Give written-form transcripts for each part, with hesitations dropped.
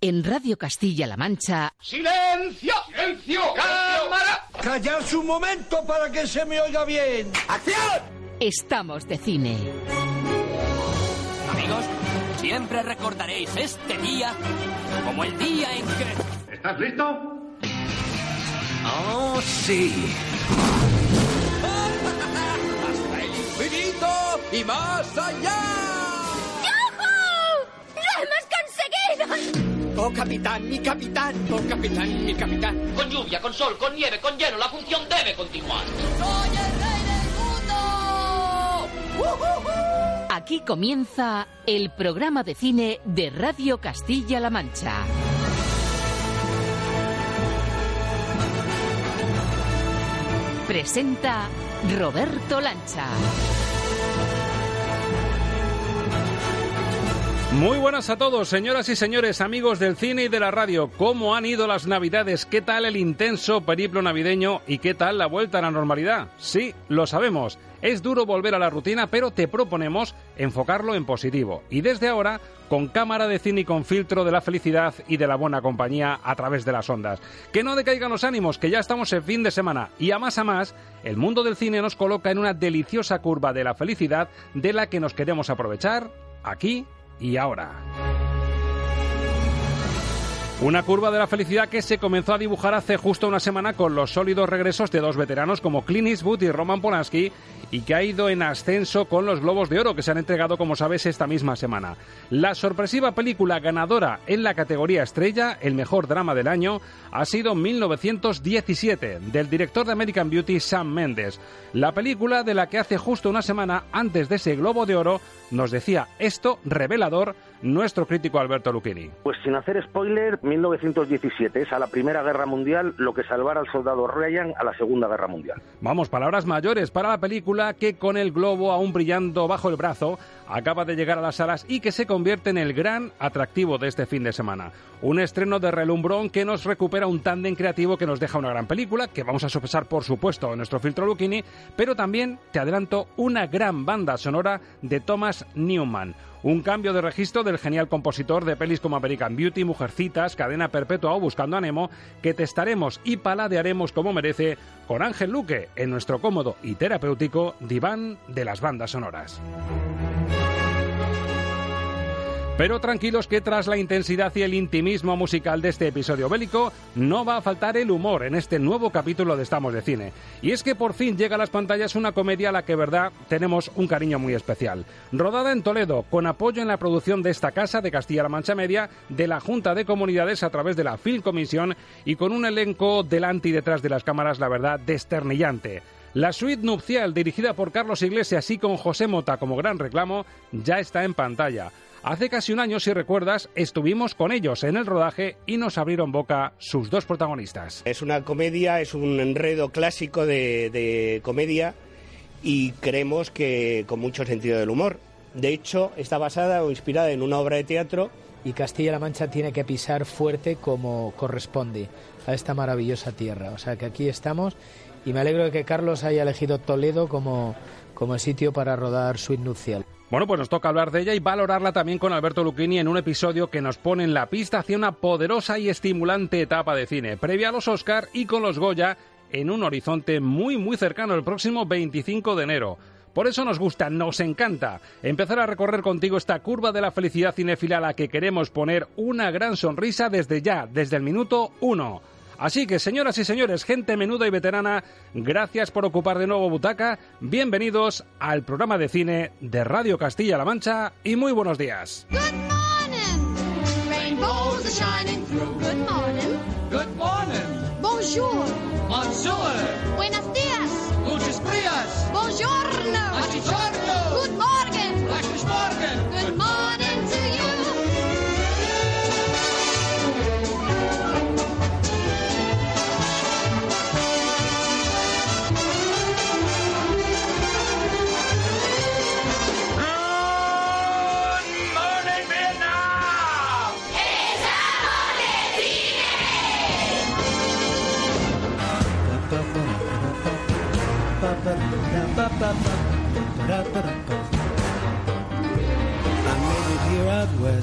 En Radio Castilla-La Mancha... ¡Silencio! ¡Silencio! ¡Cámara! ¡Callarse un momento para que se me oiga bien! ¡Acción! Estamos de cine. Amigos, siempre recordaréis este día como el día en que... ¿Estás listo? ¡Oh, sí! ¡Hasta el infinito y más allá! ¡Yujú! ¡Lo hemos conseguido! ¡Oh, capitán, mi capitán! ¡Oh, capitán, mi capitán! Con lluvia, con sol, con nieve, con hielo, la función debe continuar. ¡Soy el rey del mundo! Aquí comienza el programa de cine de Radio Castilla-La Mancha. Presenta Roberto Lancha. Muy buenas a todos, señoras y señores, amigos del cine y de la radio. ¿Cómo han ido las Navidades? ¿Qué tal el intenso periplo navideño? ¿Y qué tal la vuelta a la normalidad? Sí, lo sabemos. Es duro volver a la rutina, pero te proponemos enfocarlo en positivo. Y desde ahora, con cámara de cine y con filtro de la felicidad y de la buena compañía a través de las ondas. Que no decaigan los ánimos, que ya estamos en fin de semana. Y a más, el mundo del cine nos coloca en una deliciosa curva de la felicidad de la que nos queremos aprovechar aquí y ahora. Una curva de la felicidad que se comenzó a dibujar hace justo una semana con los sólidos regresos de dos veteranos como Clint Eastwood y Roman Polanski, y que ha ido en ascenso con los Globos de Oro que se han entregado, como sabes, esta misma semana. La sorpresiva película ganadora en la categoría estrella, el mejor drama del año, ha sido 1917, del director de American Beauty, Sam Mendes. La película de la que hace justo una semana, antes de ese Globo de Oro, nos decía esto revelador nuestro crítico Alberto Lucchini. Pues sin hacer spoiler, 1917 es a la Primera Guerra Mundial lo que salvara al soldado Ryan a la Segunda Guerra Mundial. Vamos, palabras mayores para la película que, con el globo aún brillando bajo el brazo, acaba de llegar a las salas y que se convierte en el gran atractivo de este fin de semana. Un estreno de relumbrón que nos recupera un tándem creativo que nos deja una gran película, que vamos a sopesar por supuesto en nuestro filtro Lucchini, pero también, te adelanto, una gran banda sonora de Thomas Newman. Un cambio de registro del genial compositor de pelis como American Beauty, Mujercitas, Cadena Perpetua o Buscando a Nemo, que testaremos y paladearemos como merece con Ángel Luque en nuestro cómodo y terapéutico diván de las bandas sonoras. Pero tranquilos que tras la intensidad y el intimismo musical de este episodio bélico, no va a faltar el humor en este nuevo capítulo de Estamos de Cine. Y es que por fin llega a las pantallas una comedia a la que, verdad, tenemos un cariño muy especial. Rodada en Toledo, con apoyo en la producción de esta casa de Castilla-La Mancha Media, de la Junta de Comunidades a través de la Film Commission, y con un elenco delante y detrás de las cámaras, la verdad, desternillante. La suite nupcial, dirigida por Carlos Iglesias y con José Mota como gran reclamo, ya está en pantalla. Hace casi un año, si recuerdas, estuvimos con ellos en el rodaje y nos abrieron boca sus dos protagonistas. Es una comedia, es un enredo clásico de comedia y creemos que con mucho sentido del humor. De hecho, está basada o inspirada en una obra de teatro. Y Castilla-La Mancha tiene que pisar fuerte como corresponde a esta maravillosa tierra. O sea que aquí estamos y me alegro de que Carlos haya elegido Toledo como el sitio para rodar Suite Nupcial. Bueno, pues nos toca hablar de ella y valorarla también con Alberto Lucchini en un episodio que nos pone en la pista hacia una poderosa y estimulante etapa de cine, previa a los Oscar y con los Goya en un horizonte muy muy cercano el próximo 25 de enero. Por eso nos gusta, nos encanta empezar a recorrer contigo esta curva de la felicidad cinéfila a la que queremos poner una gran sonrisa desde ya, desde el minuto 1. Así que, señoras y señores, gente menuda y veterana, gracias por ocupar de nuevo butaca, bienvenidos al programa de cine de Radio Castilla-La Mancha y muy buenos días. Good morning. Rainbows are shining through. Good morning. Good morning. Bonjour. Bonjour. Buenos días. Muchos días. Buongiorno. Buongiorno. Good morning. Guten Morgen. Good morning to you.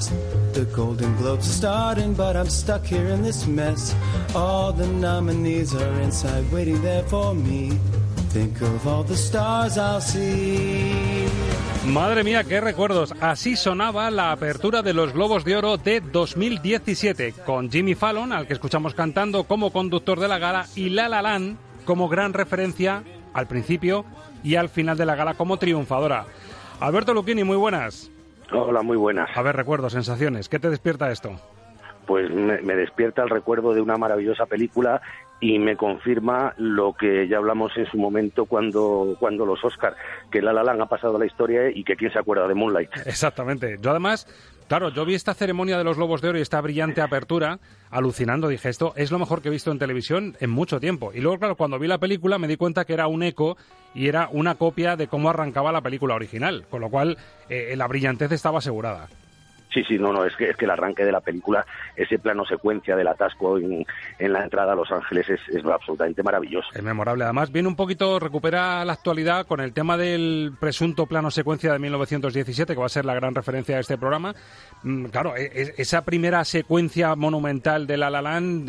stars. The Golden Globes are starting, but I'm stuck here in this mess. All the nominees are inside waiting there for me. Think of all the stars I'll see. Madre mía, qué recuerdos. Así sonaba la apertura de los Globos de Oro de 2017, con Jimmy Fallon, al que escuchamos cantando como conductor de la gala, y La La Land como gran referencia al principio y al final de la gala como triunfadora. Alberto Lucchini, muy buenas. Hola, muy buenas. A ver, recuerdos, sensaciones. ¿Qué te despierta esto? Pues me despierta el recuerdo de una maravillosa película y me confirma lo que ya hablamos en su momento cuando los Oscar, que La La Land ha pasado a la historia y que quién se acuerda de Moonlight. Exactamente. Yo además, claro, yo vi esta ceremonia de los Globos de Oro y esta brillante apertura, alucinando, dije, esto es lo mejor que he visto en televisión en mucho tiempo. Y luego, claro, cuando vi la película me di cuenta que era un eco y era una copia de cómo arrancaba la película original, con lo cual la brillantez estaba asegurada. Sí, no, es que el arranque de la película, ese plano secuencia del atasco en la entrada a Los Ángeles es absolutamente maravilloso. Es memorable. Además, viene un poquito, recupera la actualidad con el tema del presunto plano secuencia de 1917, que va a ser la gran referencia de este programa. Claro, esa primera secuencia monumental de La La Land,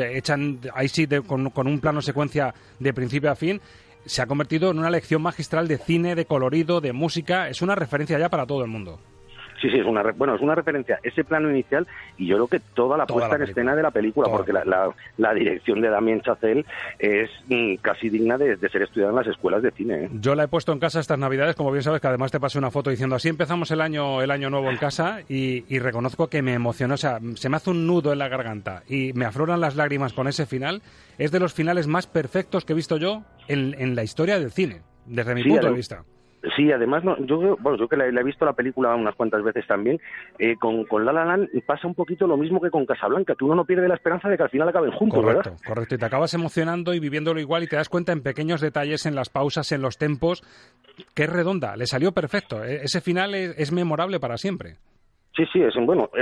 con un plano secuencia de principio a fin, se ha convertido en una lección magistral de cine, de colorido, de música. Es una referencia ya para todo el mundo. Sí, es una referencia, ese plano inicial, y yo creo que toda la puesta en escena de la película, porque la dirección de Damien Chazelle es casi digna de ser estudiada en las escuelas de cine. Yo la he puesto en casa estas Navidades, como bien sabes, que además te pasé una foto diciendo así empezamos el año nuevo en casa, y reconozco que me emocionó, o sea, se me hace un nudo en la garganta y me afloran las lágrimas con ese final. Es de los finales más perfectos que he visto yo en la historia del cine, desde mi punto de vista. Sí, además, yo que la he visto la película unas cuantas veces también, con La La Land pasa un poquito lo mismo que con Casablanca, que uno no pierde la esperanza de que al final acaben juntos, ¿verdad? Correcto, y te acabas emocionando y viviéndolo igual y te das cuenta en pequeños detalles, en las pausas, en los tempos, que es redonda, le salió perfecto, ese final es memorable para siempre. Sí, es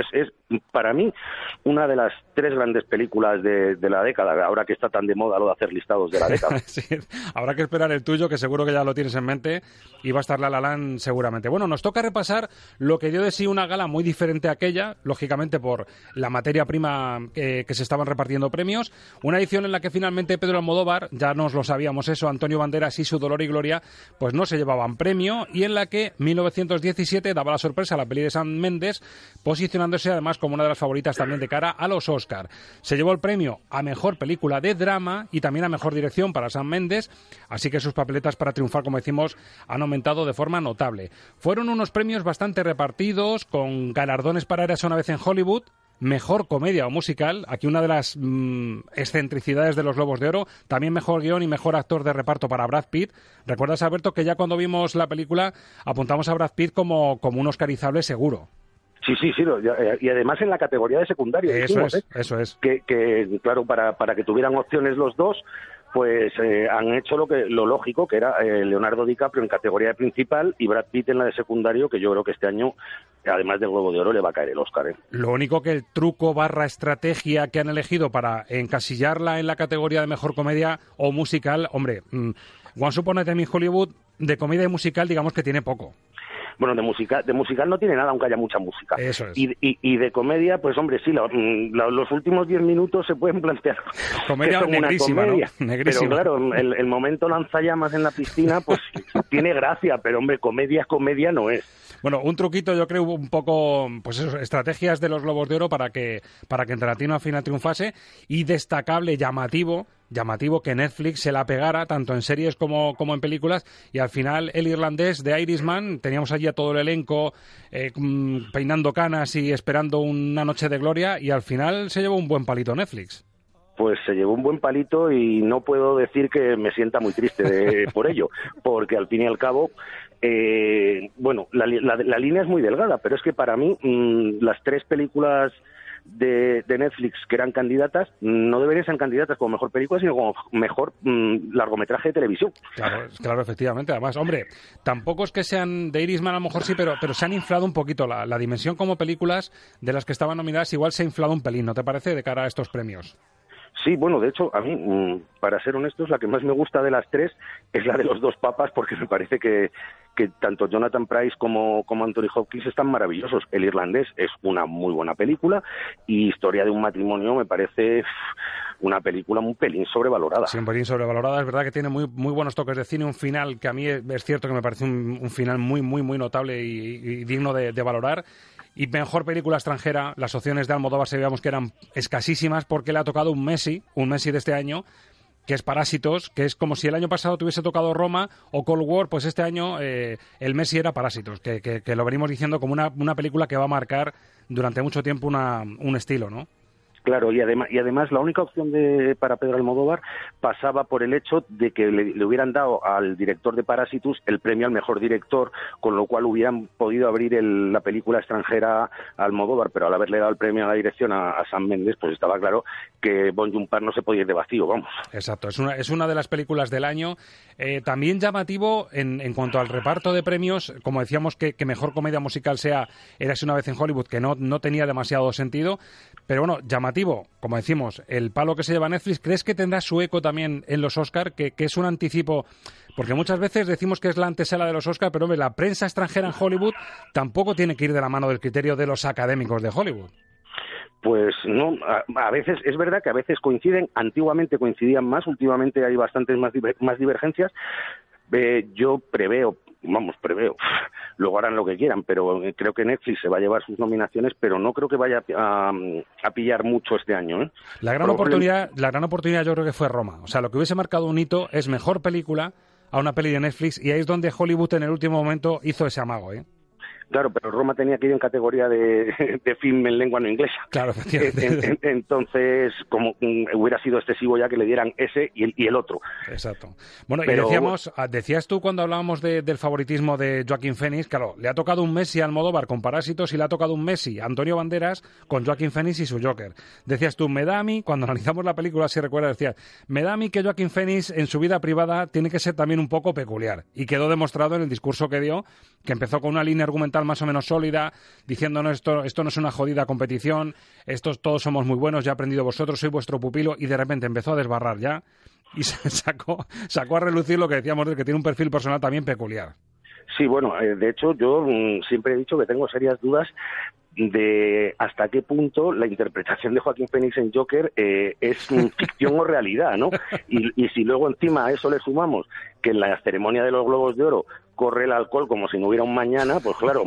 para mí una de las 3 grandes películas de la década, ahora que está tan de moda lo de hacer listados de la década. Sí, habrá que esperar el tuyo, que seguro que ya lo tienes en mente, y va a estar La La Land seguramente. Bueno, nos toca repasar lo que dio de sí una gala muy diferente a aquella, lógicamente por la materia prima que se estaban repartiendo premios, una edición en la que finalmente Pedro Almodóvar, ya nos lo sabíamos eso, Antonio Banderas y su Dolor y Gloria, pues no se llevaban premio, y en la que 1917 daba la sorpresa a la peli de Sam Mendes, posicionándose además como una de las favoritas también de cara a los Oscar. Se llevó el premio a Mejor Película de Drama y también a Mejor Dirección para Sam Mendes, así que sus papeletas para triunfar, como decimos, han aumentado de forma notable. Fueron unos premios bastante repartidos, con galardones para Érase una vez en Hollywood, Mejor Comedia o Musical, aquí una de las excentricidades de los Globos de Oro, también Mejor Guión y Mejor Actor de Reparto para Brad Pitt. ¿Recuerdas, Alberto, que ya cuando vimos la película apuntamos a Brad Pitt como un oscarizable seguro? Sí, y además en la categoría de secundario. Eso es. Que claro, para que tuvieran opciones los dos, pues han hecho lo lógico, que era Leonardo DiCaprio en categoría de principal y Brad Pitt en la de secundario, que yo creo que este año, además del Globo de Oro, le va a caer el Oscar. Lo único que el truco / estrategia que han elegido para encasillarla en la categoría de Mejor Comedia o Musical, hombre, Once Upon a Time in Hollywood, de comedia y musical, digamos que tiene poco. Bueno, de musical no tiene nada, aunque haya mucha música. Eso es. Y de comedia, pues hombre, sí, los últimos 10 minutos se pueden plantear comedia que son negrísima, una comedia. ¿no? Negrísima. Pero claro, el momento lanzallamas en la piscina, pues tiene gracia, pero hombre, comedia no es. Bueno, un truquito, yo creo, un poco, pues eso, estrategias de los Globos de Oro para que Tarantino al final triunfase, y destacable, llamativo que Netflix se la pegara tanto en series como en películas, y al final El Irlandés de Irishman, teníamos allí a todo el elenco peinando canas y esperando una noche de gloria, y al final se llevó un buen palito Netflix. Pues se llevó un buen palito y no puedo decir que me sienta muy triste por ello, porque al fin y al cabo, la línea es muy delgada, pero es que para mí las 3 películas de Netflix que eran candidatas no deberían ser candidatas como mejor película, sino como mejor largometraje de televisión. Claro, efectivamente. Además, hombre, tampoco es que sean de Irishman, a lo mejor sí, pero se han inflado un poquito la dimensión como películas de las que estaban nominadas, igual se ha inflado un pelín, ¿no te parece, de cara a estos premios? Sí, bueno, de hecho, a mí, para ser honestos, la que más me gusta de las tres es la de los dos papas, porque me parece que tanto Jonathan Pryce como Anthony Hopkins están maravillosos. El irlandés es una muy buena película y Historia de un matrimonio me parece una película un pelín sobrevalorada. Sí, un pelín sobrevalorada. Es verdad que tiene muy buenos toques de cine, un final que a mí es cierto que me parece un final muy notable y digno de valorar. Y mejor película extranjera, las opciones de Almodóvar sabíamos que eran escasísimas porque le ha tocado un Messi de este año, que es Parásitos, que es como si el año pasado te hubiese tocado Roma o Cold War, pues este año el Messi era Parásitos, que lo venimos diciendo como una película que va a marcar durante mucho tiempo un estilo, ¿no? Claro, y además la única opción para Pedro Almodóvar pasaba por el hecho de que le hubieran dado al director de Parásitos el premio al mejor director, con lo cual hubieran podido abrir la película extranjera a Almodóvar, pero al haberle dado el premio a la dirección a Sam Mendes, pues estaba claro que Bon Joon-park no se podía ir de vacío, vamos. Exacto, es una de las películas del año. También llamativo en cuanto al reparto de premios, como decíamos que mejor comedia musical sea Érase una vez en Hollywood, que no tenía demasiado sentido, pero bueno, llamativo, como decimos, el palo que se lleva Netflix. ¿Crees que tendrá su eco también en los Oscar, que es un anticipo? Porque muchas veces decimos que es la antesala de los Oscar, pero hombre, la prensa extranjera en Hollywood tampoco tiene que ir de la mano del criterio de los académicos de Hollywood. Pues no, a veces es verdad que a veces coinciden, antiguamente coincidían más, últimamente hay bastantes más divergencias. Yo preveo, luego harán lo que quieran, pero creo que Netflix se va a llevar sus nominaciones, pero no creo que vaya a pillar mucho este año, ¿eh? La gran oportunidad yo creo que fue Roma. O sea, lo que hubiese marcado un hito es mejor película a una peli de Netflix, y ahí es donde Hollywood en el último momento hizo ese amago, ¿eh? Claro, pero Roma tenía que ir en categoría de film en lengua no inglesa. Claro, efectivamente. Entonces, como hubiera sido excesivo ya que le dieran ese y el otro. Exacto. Bueno, pero, y decías tú cuando hablábamos del favoritismo de Joaquín Phoenix, claro, le ha tocado un Messi a Almodóvar con Parásitos y le ha tocado un Messi a Antonio Banderas con Joaquín Phoenix y su Joker. Decías tú, me da a mí, cuando analizamos la película, si recuerdas, decías, me da a mí que Joaquín Phoenix en su vida privada tiene que ser también un poco peculiar. Y quedó demostrado en el discurso que dio, que empezó con una línea argumental más o menos sólida, diciéndonos esto no es una jodida competición, todos somos muy buenos, ya he aprendido vosotros, soy vuestro pupilo, y de repente empezó a desbarrar ya y sacó a relucir lo que decíamos de que tiene un perfil personal también peculiar. Sí, bueno, de hecho yo siempre he dicho que tengo serias dudas de hasta qué punto la interpretación de Joaquín Phoenix en Joker es ficción o realidad, ¿no? Y si luego encima a eso le sumamos que en la ceremonia de los Globos de Oro corre el alcohol como si no hubiera un mañana, pues claro,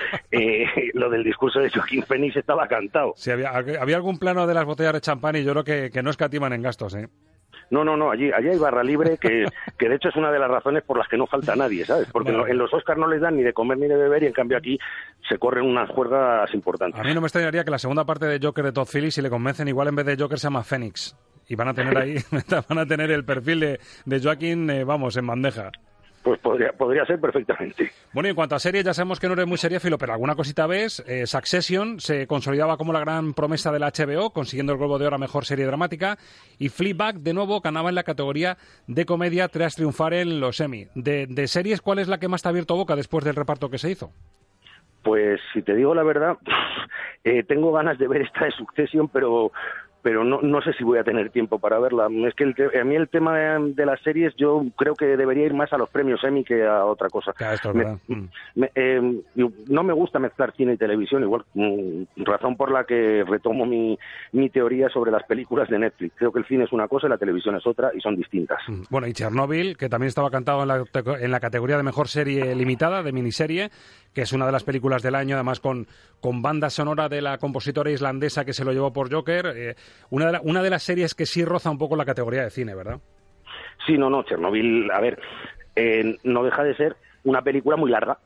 lo del discurso de Joaquín Phoenix estaba cantado. Sí, había algún plano de las botellas de champán y yo creo que no escatiman en gastos, ¿eh? No, allí hay barra libre, que de hecho es una de las razones por las que no falta nadie, ¿sabes? Porque en los Oscars no les dan ni de comer ni de beber, y en cambio aquí se corren unas juergas importantes. A mí no me extrañaría que la segunda parte de Joker de Todd Phillips, si le convencen, igual en vez de Joker se llama Phoenix. Y van a tener ahí, van a tener el perfil de Joaquín, en bandeja. Pues podría ser perfectamente. Bueno, y en cuanto a series, ya sabemos que no eres muy seriéfilo, pero alguna cosita ves. Succession se consolidaba como la gran promesa de la HBO, consiguiendo el Globo de Oro a Mejor Serie Dramática. Y Fleabag, de nuevo, ganaba en la categoría de comedia tras triunfar en los Emmy. De series, ¿cuál es la que más te ha abierto boca después del reparto que se hizo? Pues, si te digo la verdad, tengo ganas de ver esta de Succession, pero no sé si voy a tener tiempo para verla. Es que a mí el tema de las series, yo creo que debería ir más a los premios Emmy que a otra cosa. Claro, esto es verdad. No me gusta mezclar cine y televisión, igual, razón por la que retomo mi teoría sobre las películas de Netflix. Creo que el cine es una cosa y la televisión es otra, y son distintas. Bueno, y Chernobyl, que también estaba cantado en la categoría de Mejor Serie Limitada, de miniserie, que es una de las películas del año, además con banda sonora de la compositora islandesa que se lo llevó por Joker. Una de las series que sí roza un poco la categoría de cine, ¿verdad? Sí, no, Chernobyl, a ver, no deja de ser una película muy larga.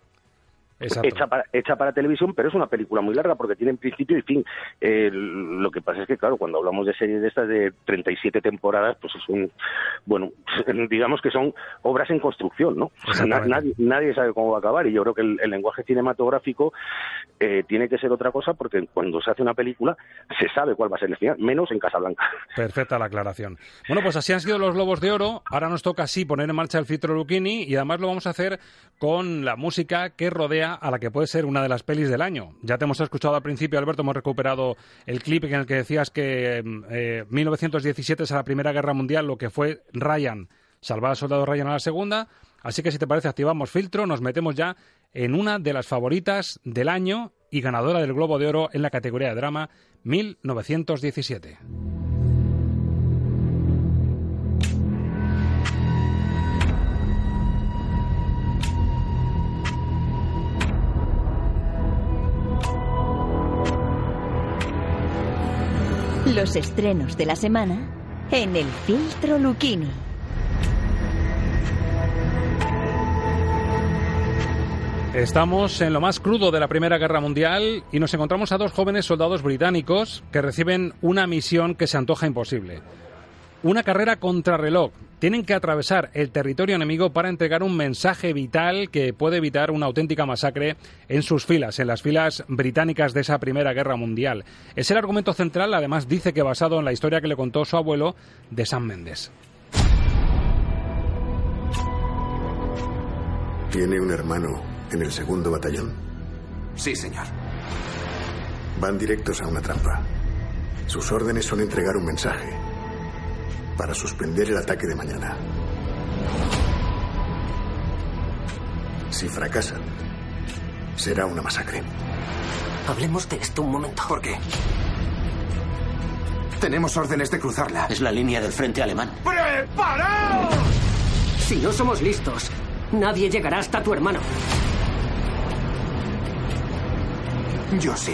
Hecha para televisión, pero es una película muy larga porque tiene principio y fin. Lo que pasa es que, claro, cuando hablamos de series de estas de 37 temporadas, pues digamos que son obras en construcción, ¿no? O sea, nadie sabe cómo va a acabar, y yo creo que el lenguaje cinematográfico tiene que ser otra cosa, porque cuando se hace una película se sabe cuál va a ser el final, menos en Casablanca. Perfecta la aclaración. Bueno, pues así han sido los Globos de Oro. Ahora nos toca así poner en marcha el filtro Lucchini, y además lo vamos a hacer con la música que rodea ya a la que puede ser una de las pelis del año. Ya te hemos escuchado al principio, Alberto, hemos recuperado el clip en el que decías que 1917 es a la Primera Guerra Mundial, lo que fue Ryan, salvar al soldado Ryan a la Segunda. Así que si te parece, activamos filtro, nos metemos ya en una de las favoritas del año y ganadora del Globo de Oro en la categoría de drama, 1917. Los estrenos de la semana en el Filtro Lucchini. Estamos en lo más crudo de la Primera Guerra Mundial y nos encontramos a dos jóvenes soldados británicos que reciben una misión que se antoja imposible. Una carrera contrarreloj. Tienen que atravesar el territorio enemigo para entregar un mensaje vital que puede evitar una auténtica masacre en sus filas, en las filas británicas de esa Primera Guerra Mundial. Es el argumento central, además dice que basado en la historia que le contó su abuelo de Sam Mendes. ¿Tiene un hermano en el 2º batallón? Sí, señor. Van directos a una trampa. Sus órdenes son entregar un mensaje para suspender el ataque de mañana. Si fracasan, será una masacre. Hablemos de esto un momento. ¿Por qué? Tenemos órdenes de cruzarla. Es la línea del frente alemán. ¡Preparaos! Si no somos listos, nadie llegará hasta tu hermano. Yo sí.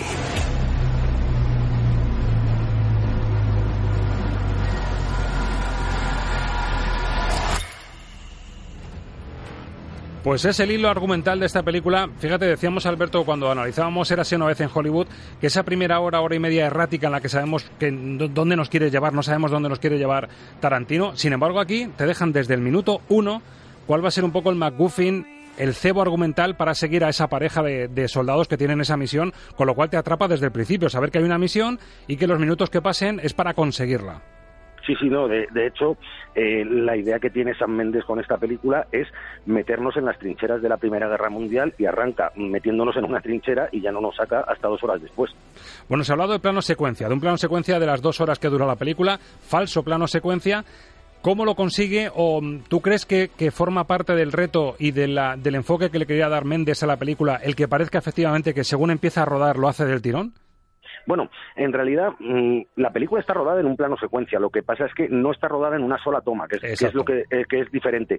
Pues es el hilo argumental de esta película. Fíjate, decíamos, Alberto, cuando analizábamos Érase una vez en Hollywood, que esa primera hora y media errática en la que sabemos que dónde nos quiere llevar, no sabemos dónde nos quiere llevar Tarantino. Sin embargo, aquí te dejan desde el minuto 1 cuál va a ser un poco el MacGuffin, el cebo argumental para seguir a esa pareja de soldados que tienen esa misión, con lo cual te atrapa desde el principio, saber que hay una misión y que los minutos que pasen es para conseguirla. Sí, no, de hecho, la idea que tiene Sam Mendes con esta película es meternos en las trincheras de la Primera Guerra Mundial y arranca metiéndonos en una trinchera y ya no nos saca hasta 2 horas después. Bueno, se ha hablado de plano secuencia, de un plano secuencia de las 2 horas que dura la película, falso plano secuencia. ¿Cómo lo consigue o tú crees que forma parte del reto y del enfoque que le quería dar Mendes a la película el que parezca efectivamente que según empieza a rodar lo hace del tirón? Bueno, en realidad la película está rodada en un plano secuencia. Lo que pasa es que no está rodada en una sola toma, que es lo que es diferente.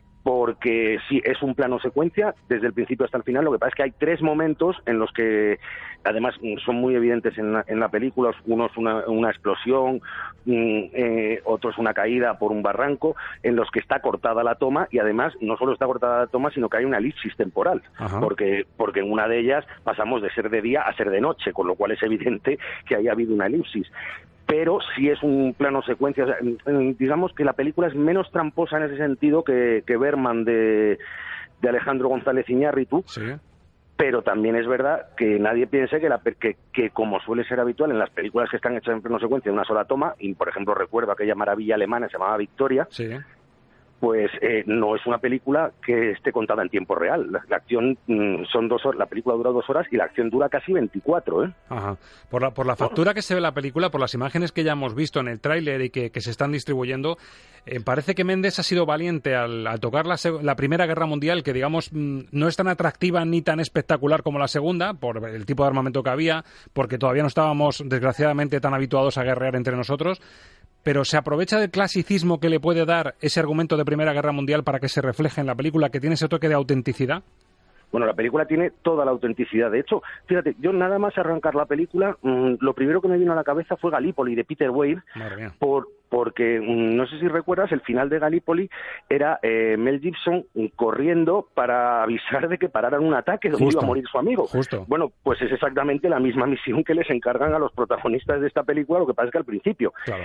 Porque sí, es un plano secuencia desde el principio hasta el final. Lo que pasa es que hay 3 momentos en los que, además, son muy evidentes en la película. Uno es una explosión, otro es una caída por un barranco, en los que está cortada la toma y además no solo está cortada la toma, sino que hay una elipsis temporal. Porque en una de ellas pasamos de ser de día a ser de noche, con lo cual es evidente que haya habido una elipsis. Pero sí es un plano secuencia. O sea, digamos que la película es menos tramposa en ese sentido que Berman de Alejandro González Iñárritu. Sí. Pero también es verdad que nadie piense que como suele ser habitual en las películas que están hechas en plano secuencia de una sola toma, y por ejemplo recuerdo aquella maravilla alemana que se llamaba Victoria, sí, pues no es una película que esté contada en tiempo real. La acción son 2 horas, la película dura 2 horas y la acción dura casi 24, ¿eh? Ajá. Por la factura que se ve la película, por las imágenes que ya hemos visto en el tráiler y que se están distribuyendo, parece que Mendes ha sido valiente al tocar la Primera Guerra Mundial, que digamos no es tan atractiva ni tan espectacular como la Segunda, por el tipo de armamento que había, porque todavía no estábamos desgraciadamente tan habituados a guerrear entre nosotros. Pero se aprovecha del clasicismo que le puede dar ese argumento de Primera Guerra Mundial para que se refleje en la película, que tiene ese toque de autenticidad. Bueno, la película tiene toda la autenticidad. De hecho, fíjate, yo nada más arrancar la película, lo primero que me vino a la cabeza fue Gallipoli, de Peter Weir, porque no sé si recuerdas, el final de Gallipoli era Mel Gibson corriendo para avisar de que pararan un ataque donde iba a morir su amigo. Justo. Bueno, pues es exactamente la misma misión que les encargan a los protagonistas de esta película, lo que pasa es que al principio. Claro.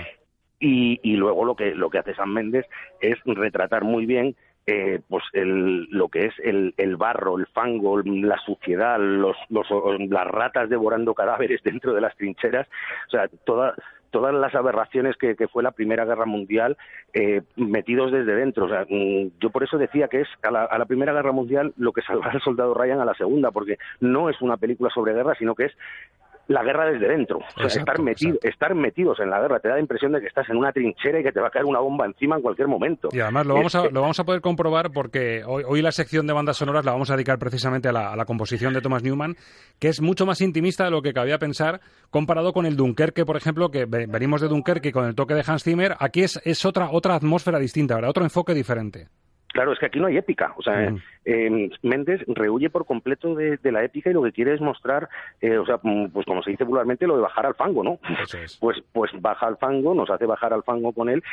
Y luego lo que hace Sam Mendes es retratar muy bien pues lo que es el barro, el fango, la suciedad, las ratas devorando cadáveres dentro de las trincheras. O sea, todas las aberraciones que fue la Primera Guerra Mundial metidos desde dentro. O sea, yo por eso decía que es a la Primera Guerra Mundial lo que salvará al soldado Ryan a la Segunda, porque no es una película sobre guerra, sino que es la guerra desde dentro. O sea, estar metidos en la guerra te da la impresión de que estás en una trinchera y que te va a caer una bomba encima en cualquier momento. Y además lo vamos a poder comprobar porque hoy la sección de bandas sonoras la vamos a dedicar precisamente a la composición de Thomas Newman, que es mucho más intimista de lo que cabía pensar comparado con el Dunkerque, por ejemplo, que venimos de Dunkerque con el toque de Hans Zimmer. Aquí es otra atmósfera distinta, ¿verdad? Otro enfoque diferente. Claro, es que aquí no hay épica. O sea, Méndez rehuye por completo de la épica y lo que quiere es mostrar, pues como se dice vulgarmente, lo de bajar al fango, ¿no? Eso es. Pues baja al fango, nos hace bajar al fango con él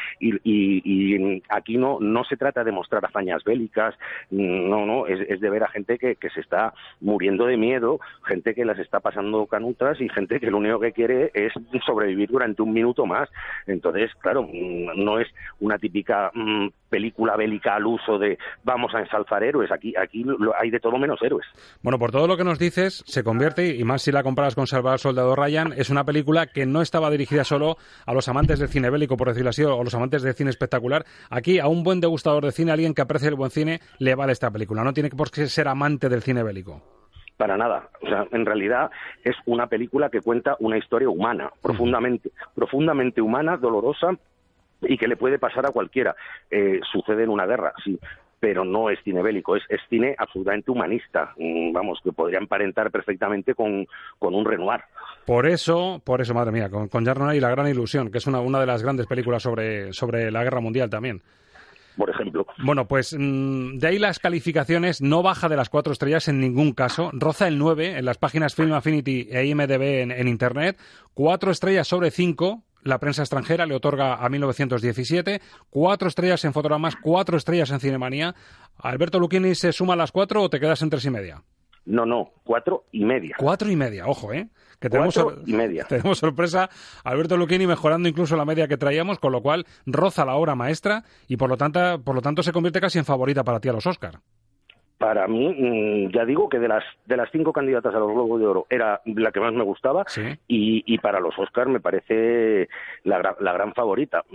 y aquí no se trata de mostrar hazañas bélicas, no, es de ver a gente que se está muriendo de miedo, gente que las está pasando canutas y gente que lo único que quiere es sobrevivir durante un minuto más. Entonces, claro, no es una típica película bélica al uso de vamos a ensalzar héroes. Aquí hay de todo menos héroes. Bueno, por todo lo que nos dices, se convierte, y más si la comparas con Salvar al soldado Ryan, es una película que no estaba dirigida solo a los amantes del cine bélico, por decirlo así, o los amantes del cine espectacular. Aquí, a un buen degustador de cine, alguien que aprecie el buen cine, le vale esta película. No tiene por qué ser amante del cine bélico. Para nada. O sea, en realidad es una película que cuenta una historia humana, profundamente humana, dolorosa, y que le puede pasar a cualquiera. Sucede en una guerra, sí, pero no es cine bélico, es cine absolutamente humanista, vamos, que podría emparentar perfectamente con un Renoir. Por eso, madre mía, con Jean Renoir y La Gran Ilusión, que es una de las grandes películas sobre la Guerra Mundial también. Por ejemplo. Bueno, pues de ahí las calificaciones, no baja de las 4 estrellas en ningún caso, roza el 9 en las páginas Film Affinity e IMDb en Internet, 4 estrellas sobre 5, la prensa extranjera le otorga a 1917, 4 estrellas en Fotogramas, 4 estrellas en Cinemanía. ¿Alberto Lucchini se suma a las 4 o te quedas en 3,5? No, 4,5. 4,5, ojo, que tenemos 4,5. Tenemos sorpresa, Alberto Lucchini mejorando incluso la media que traíamos, con lo cual roza la obra maestra y por lo tanto se convierte casi en favorita para ti a los Oscar. Para mí, ya digo que de las 5 candidatas a los Globos de Oro era la que más me gustaba, ¿sí? y para los Oscar me parece la gran favorita.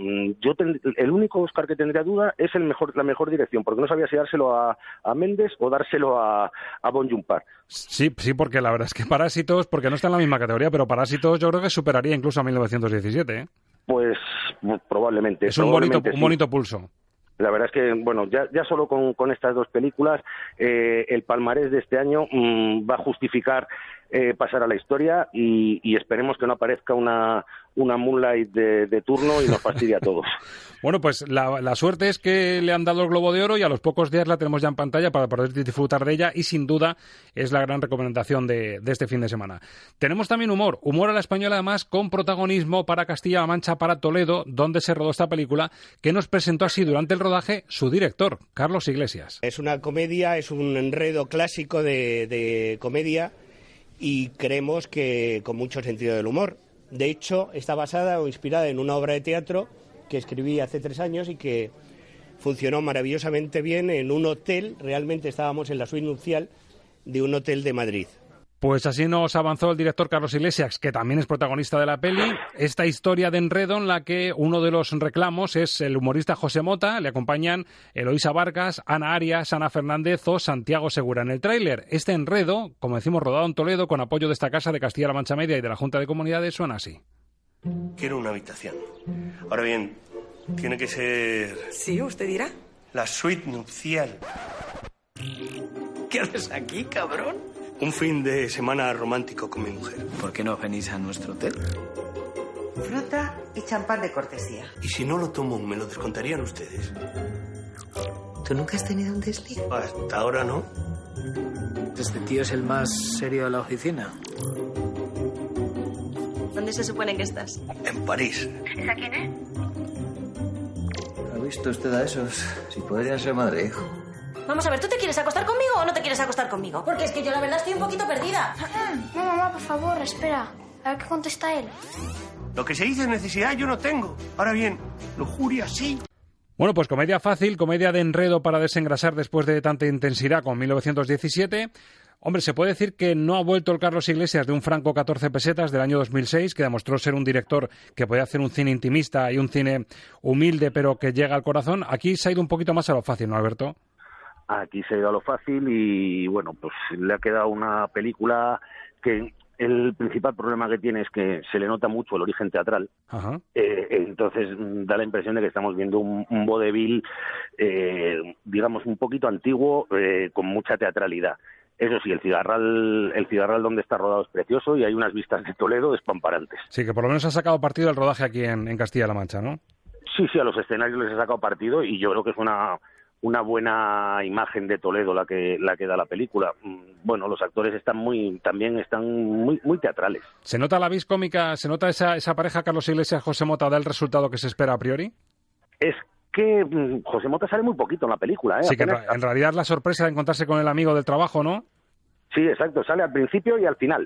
El único Oscar que tendría duda es la mejor dirección, porque no sabía si dárselo a Méndez o dárselo a Bong Joon-ho. Sí, porque la verdad es que Parásitos, porque no está en la misma categoría, pero Parásitos yo creo que superaría incluso a 1917. Pues probablemente. Es un bonito pulso. La verdad es que, bueno, ya solo con estas 2 películas, el palmarés de este año va a justificar pasar a la historia y esperemos que no aparezca una Moonlight de turno y nos fastidie a todos. Bueno, pues la suerte es que le han dado el Globo de Oro y a los pocos días la tenemos ya en pantalla para poder disfrutar de ella y sin duda es la gran recomendación de este fin de semana. Tenemos también humor a la española, además con protagonismo para Castilla-La Mancha, para Toledo, donde se rodó esta película, que nos presentó así durante el rodaje su director, Carlos Iglesias. Es una comedia, es un enredo clásico de comedia y creemos que con mucho sentido del humor. De hecho, está basada o inspirada en una obra de teatro que escribí hace 3 años y que funcionó maravillosamente bien en un hotel. Realmente estábamos en la suite nupcial de un hotel de Madrid. Pues así nos avanzó el director Carlos Iglesias, que también es protagonista de la peli, esta historia de enredo en la que uno de los reclamos es el humorista José Mota, le acompañan Eloísa Vargas, Ana Arias, Ana Fernández o Santiago Segura. En el tráiler, este enredo, como decimos, rodado en Toledo con apoyo de esta casa de Castilla-La Mancha Media y de la Junta de Comunidades, suena así. Quiero una habitación. Ahora bien, tiene que ser... Sí, usted dirá. La suite nupcial. ¿Qué haces aquí, cabrón? Un fin de semana romántico con mi mujer. ¿Por qué no venís a nuestro hotel? Fruta y champán de cortesía. Y si no lo tomo, ¿me lo descontarían ustedes? ¿Tú nunca has tenido un desliz? Hasta ahora no. ¿Este tío es el más serio de la oficina? ¿Dónde se supone que estás? En París. ¿Esa quién es? ¿Ha visto usted a esos? Si podrían ser madre e hijo. Vamos a ver, ¿tú te quieres acostar conmigo o no te quieres acostar conmigo? Porque es que yo la verdad estoy un poquito perdida. No, mamá, por favor, espera. A ver qué contesta él. Lo que se dice necesidad yo no tengo. Ahora bien, lujuria sí. Bueno, pues comedia fácil, comedia de enredo para desengrasar después de tanta intensidad con 1917. Hombre, se puede decir que no ha vuelto el Carlos Iglesias de un franco 14 pesetas del año 2006, que demostró ser un director que podía hacer un cine intimista y un cine humilde, pero que llega al corazón. Aquí se ha ido un poquito más a lo fácil, ¿no, Alberto? Aquí se ha ido a lo fácil y, bueno, pues le ha quedado una película que el principal problema que tiene es que se le nota mucho el origen teatral. Ajá. Entonces da la impresión de que estamos viendo un vodevil, digamos, un poquito antiguo, con mucha teatralidad. Eso sí, el cigarral donde está rodado es precioso y hay unas vistas de Toledo espamparantes. Sí, que por lo menos ha sacado partido del rodaje aquí en Castilla-La Mancha, ¿no? Sí, a los escenarios les ha sacado partido y yo creo que es una buena imagen de Toledo la que da la película. Bueno, los actores también están muy teatrales. ¿Se nota la vis cómica, se nota esa pareja Carlos Iglesias-José Mota, da el resultado que se espera a priori? Es que José Mota sale muy poquito en la película, ¿eh? Sí, que en realidad la sorpresa de encontrarse con el amigo del trabajo, ¿no? Sí, exacto, sale al principio y al final.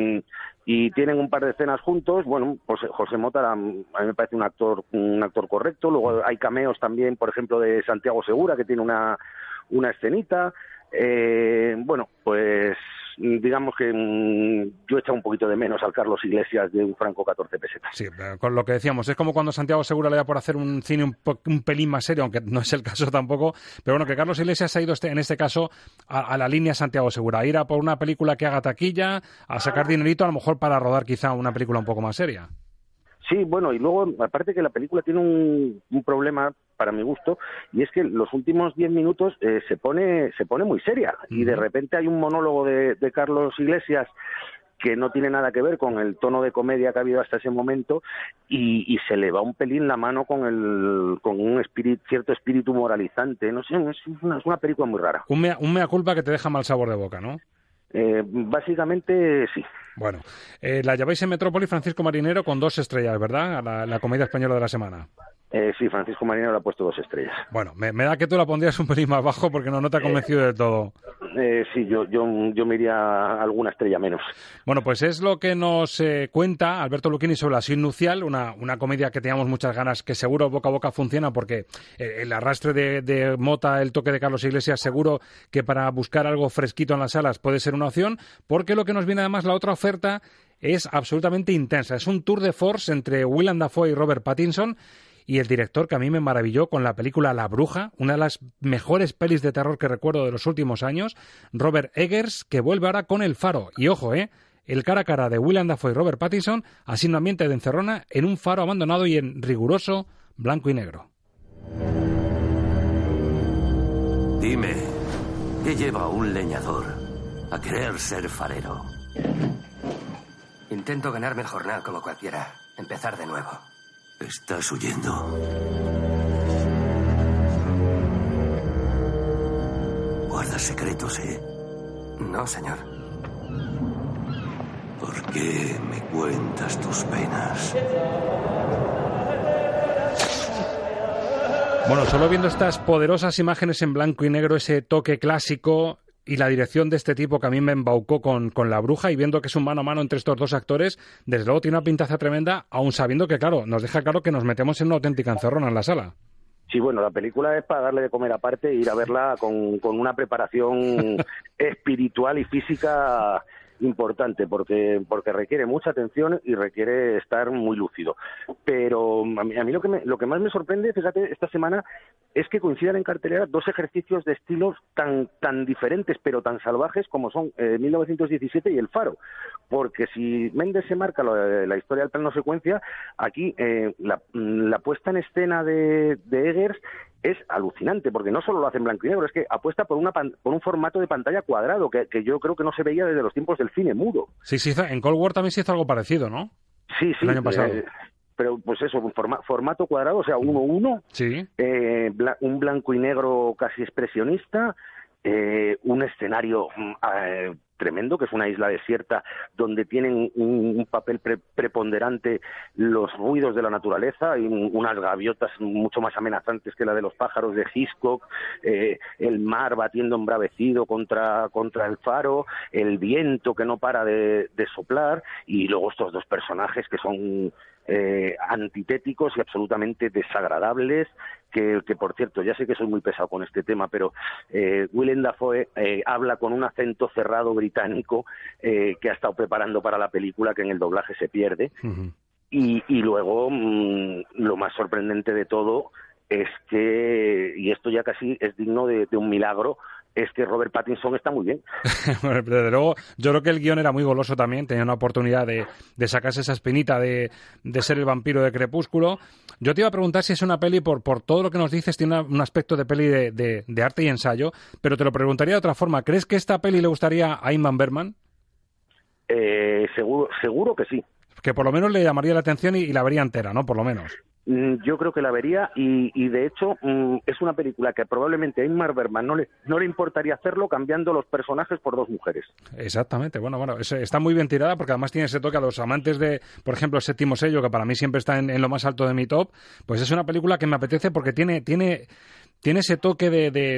Y tienen un par de escenas juntos. Bueno, pues José Mota a mí me parece un actor correcto. Luego hay cameos también, por ejemplo, de Santiago Segura, que tiene una escenita. Bueno, pues digamos que yo he echado un poquito de menos al Carlos Iglesias de un franco 14 pesetas. Sí, con lo que decíamos, es como cuando Santiago Segura le da por hacer un cine un pelín más serio, aunque no es el caso tampoco, pero bueno, que Carlos Iglesias ha ido en este caso a la línea Santiago Segura, a ir a por una película que haga taquilla, a sacar dinerito, a lo mejor para rodar quizá una película un poco más seria. Sí, bueno, y luego, aparte que la película tiene un problema, para mi gusto, y es que los últimos 10 minutos se pone muy seria, y de repente hay un monólogo de Carlos Iglesias que no tiene nada que ver con el tono de comedia que ha habido hasta ese momento, y se le va un pelín la mano con un cierto espíritu moralizante. No sé, es una película muy rara. Un mea culpa que te deja mal sabor de boca, ¿no? Básicamente sí. Bueno, la lleváis en Metrópoli, Francisco Marinero, con 2 estrellas, ¿verdad? La comedia española de la semana. Sí, Francisco Marinero le ha puesto 2 estrellas. Bueno, me da que tú la pondrías un pelín más bajo porque no te ha convencido del todo. Sí, yo me iría a alguna estrella menos. Bueno, pues es lo que nos cuenta Alberto Lucchini sobre La suite nupcial, una comedia que teníamos muchas ganas, que seguro boca a boca funciona porque el arrastre de Mota, el toque de Carlos Iglesias, seguro que para buscar algo fresquito en las salas puede ser una opción, porque lo que nos viene además la otra oferta es absolutamente intensa. Es un tour de force entre Willem Dafoe y Robert Pattinson, y el director, que a mí me maravilló con la película La Bruja, una de las mejores pelis de terror que recuerdo de los últimos años, Robert Eggers, que vuelve ahora con El Faro. Y ojo, el cara a cara de Willem Dafoe y Robert Pattinson, así en un ambiente de encerrona, en un faro abandonado y en riguroso blanco y negro. Dime, ¿qué lleva a un leñador a querer ser farero? Intento ganarme el jornal como cualquiera. Empezar de nuevo. Estás huyendo. Guardas secretos, ¿eh? No, señor. ¿Por qué me cuentas tus penas? Bueno, solo viendo estas poderosas imágenes en blanco y negro, ese toque clásico y la dirección de este tipo que a mí me embaucó con La Bruja, y viendo que es un mano a mano entre estos dos actores, desde luego tiene una pintaza tremenda, aun sabiendo que, claro, nos deja claro que nos metemos en una auténtica encerrona en la sala. Sí, bueno, la película es para darle de comer aparte e ir a verla con una preparación espiritual y física importante, porque requiere mucha atención y requiere estar muy lúcido. Pero a mí lo que más me sorprende, fíjate, esta semana, es que coincidan en cartelera 2 ejercicios de estilos tan diferentes, pero tan salvajes como son 1917 y El Faro. Porque si Méndez se marca la historia del plano secuencia, aquí la puesta en escena de Eggers es alucinante, porque no solo lo hace en blanco y negro, es que apuesta por un formato de pantalla cuadrado que yo creo que no se veía desde los tiempos del cine mudo. Sí, en Cold War también se hizo algo parecido, ¿no? Sí. El año pasado. Pero pues eso, formato cuadrado, o sea, 1:1, sí. Un blanco y negro casi expresionista, un escenario tremendo, que es una isla desierta donde tienen un papel preponderante los ruidos de la naturaleza, y unas gaviotas mucho más amenazantes que la de los pájaros de Hitchcock, el mar batiendo embravecido contra el faro, el viento que no para de soplar, y luego estos 2 personajes que son antitéticos y absolutamente desagradables, que por cierto, ya sé que soy muy pesado con este tema, pero Willem Dafoe habla con un acento cerrado británico que ha estado preparando para la película, que en el doblaje se pierde. Uh-huh. Y luego, lo más sorprendente de todo es que, y esto ya casi es digno de un milagro, es que Robert Pattinson está muy bien. Bueno, desde luego, yo creo que el guión era muy goloso también, tenía una oportunidad de sacarse esa espinita de ser el vampiro de Crepúsculo. Yo te iba a preguntar si es una peli, por todo lo que nos dices, tiene un aspecto de peli de arte y ensayo, pero te lo preguntaría de otra forma. ¿Crees que esta peli le gustaría a Ingmar Bergman? Seguro que sí. Que por lo menos le llamaría la atención y la vería entera, ¿no? Por lo menos. Yo creo que la vería y de hecho es una película que probablemente a Ingmar Bergman no le importaría hacerlo cambiando los personajes por dos mujeres. Exactamente, bueno, está muy bien tirada porque además tiene ese toque a los amantes de, por ejemplo, El Séptimo Sello, que para mí siempre está en lo más alto de mi top. Pues es una película que me apetece porque tiene ese toque de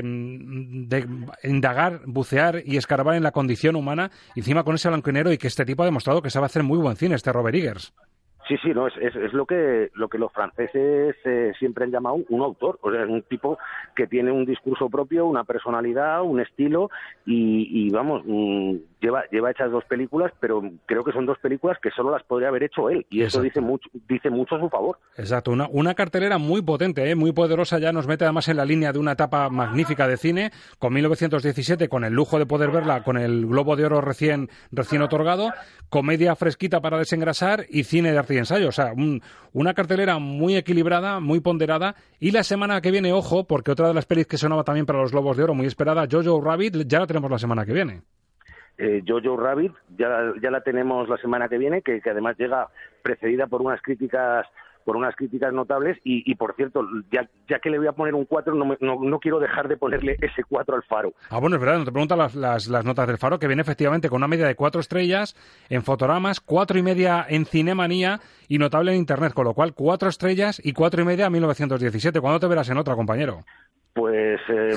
indagar, bucear y escarbar en la condición humana, y encima con ese blanco y negro, y que este tipo ha demostrado que sabe hacer muy buen cine, este Robert Eggers. Sí, no, es lo que los franceses siempre han llamado un autor, o sea, es un tipo que tiene un discurso propio, una personalidad, un estilo y vamos, lleva hechas dos películas, pero creo que son dos películas que solo las podría haber hecho él, y eso dice mucho a su favor. Exacto, una cartelera muy potente, muy poderosa, ya nos mete además en la línea de una etapa magnífica de cine, con 1917, con el lujo de poder verla, con el Globo de Oro recién otorgado, comedia fresquita para desengrasar y cine de arte y ensayo, o sea, una cartelera muy equilibrada, muy ponderada, y la semana que viene, ojo, porque otra de las pelis que sonaba también para los Globos de Oro, muy esperada, Jojo Rabbit, ya la tenemos la semana que viene. Jojo Rabbit ya la tenemos la semana que viene, que además llega precedida por unas críticas notables y por cierto, ya que le voy a poner un 4, no quiero dejar de ponerle ese 4 al Faro. Ah, bueno, es verdad, no te preguntan las notas del Faro, que viene efectivamente con una media de 4 estrellas en Fotogramas, 4,5 en Cinemanía y notable en Internet, con lo cual 4 estrellas y 4,5 a 1917. ¿Cuándo te verás en otra, compañero? Pues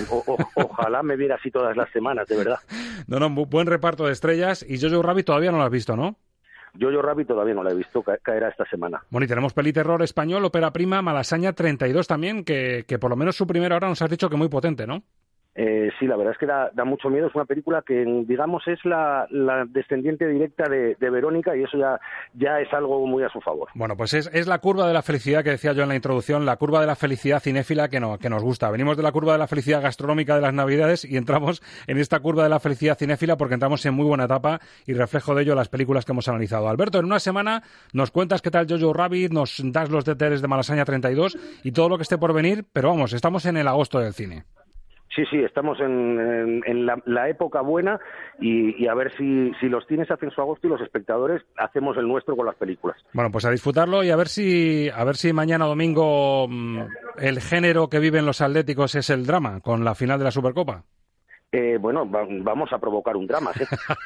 ojalá me viera así todas las semanas, de verdad. No, buen reparto de estrellas. Y Jojo Rabbit todavía no lo has visto, ¿no? Jojo Rabbit todavía no la he visto, caerá esta semana. Bueno, y tenemos peli terror español, ópera prima, Malasaña 32 también, que por lo menos su primera hora nos has dicho que muy potente, ¿no? Sí, la verdad es que da mucho miedo. Es una película que, digamos, es la descendiente directa de Verónica, y eso ya es algo muy a su favor. Bueno, pues es la curva de la felicidad que decía yo en la introducción, la curva de la felicidad cinéfila que nos gusta. Venimos de la curva de la felicidad gastronómica de las Navidades y entramos en esta curva de la felicidad cinéfila porque entramos en muy buena etapa y reflejo de ello las películas que hemos analizado. Alberto, en una semana nos cuentas qué tal Jojo Rabbit, nos das los detalles de Malasaña 32 y todo lo que esté por venir, pero vamos, estamos en el agosto del cine. Sí, estamos en la época buena y a ver si los cines hacen su agosto y los espectadores hacemos el nuestro con las películas. Bueno, pues a disfrutarlo y a ver si mañana domingo el género que viven los atléticos es el drama con la final de la Supercopa. Bueno, vamos a provocar un drama, ¿sí?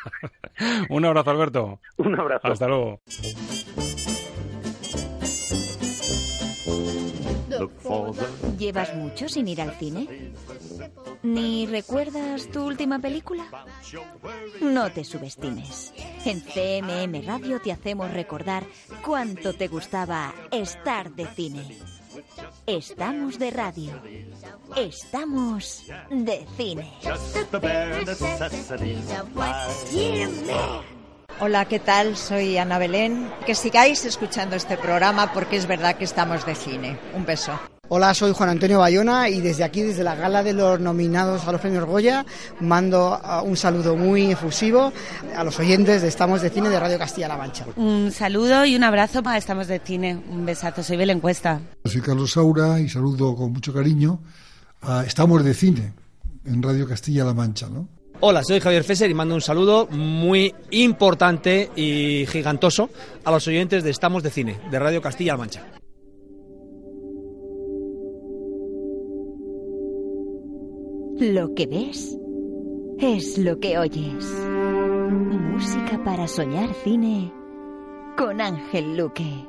Un abrazo, Alberto. Un abrazo. Hasta luego. ¿Llevas mucho sin ir al cine? ¿Ni recuerdas tu última película? No te subestimes. En CMM Radio te hacemos recordar cuánto te gustaba estar de cine. Estamos de radio. Estamos de cine. Hola, ¿qué tal? Soy Ana Belén. Que sigáis escuchando este programa porque es verdad que estamos de cine. Un beso. Hola, soy Juan Antonio Bayona y desde aquí, desde la gala de los nominados a los premios Goya, mando un saludo muy efusivo a los oyentes de Estamos de Cine de Radio Castilla-La Mancha. Un saludo y un abrazo para Estamos de Cine. Un besazo, soy Belén Cuesta. Soy Carlos Saura y saludo con mucho cariño a Estamos de Cine en Radio Castilla-La Mancha, ¿no? Hola, soy Javier Fesser y mando un saludo muy importante y gigantoso a los oyentes de Estamos de Cine de Radio Castilla-La Mancha. Lo que ves es lo que oyes. Música para soñar cine con Ángel Luque.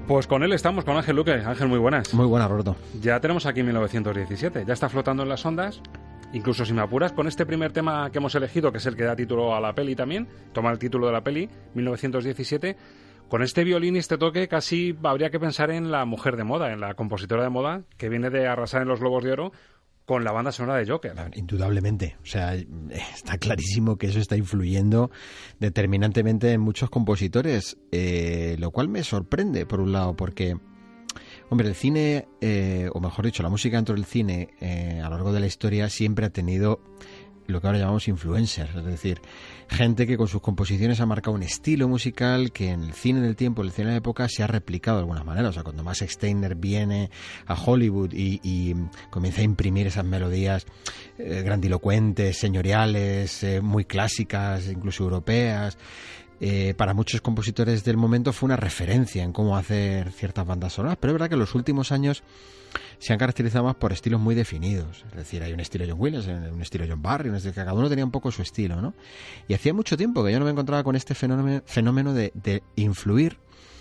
Pues con él estamos, con Ángel Luque. Ángel, muy buenas. Muy buenas, Roberto. Ya tenemos aquí 1917, ya está flotando en las ondas. Incluso si me apuras, con este primer tema que hemos elegido, que es el que da título a la peli también, toma el título de la peli, 1917, con este violín y este toque casi habría que pensar en la mujer de moda, en la compositora de moda, que viene de arrasar en los Globos de Oro con la banda sonora de Joker. Indudablemente, o sea, está clarísimo que eso está influyendo determinantemente en muchos compositores, lo cual me sorprende, por un lado, porque, hombre, el cine, o mejor dicho, la música dentro del cine, a lo largo de la historia siempre ha tenido lo que ahora llamamos influencers, es decir, gente que con sus composiciones ha marcado un estilo musical que en el cine del tiempo, en el cine de la época, se ha replicado de alguna manera. O sea, cuando Max Steiner viene a Hollywood y comienza a imprimir esas melodías grandilocuentes, señoriales, muy clásicas, incluso europeas, para muchos compositores del momento fue una referencia en cómo hacer ciertas bandas sonoras, pero es verdad que en los últimos años se han caracterizado más por estilos muy definidos. Es decir, hay un estilo John Williams, un estilo John Barry, un estilo que cada uno tenía un poco su estilo, ¿no? Y hacía mucho tiempo que yo no me encontraba con este fenómeno de influir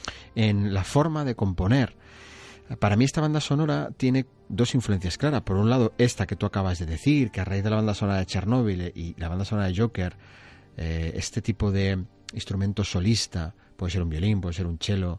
en la forma de componer. Para mí esta banda sonora tiene dos influencias claras. Por un lado, esta que tú acabas de decir, que a raíz de la banda sonora de Chernobyl y la banda sonora de Joker, este tipo de instrumento solista, puede ser un violín, puede ser un cello,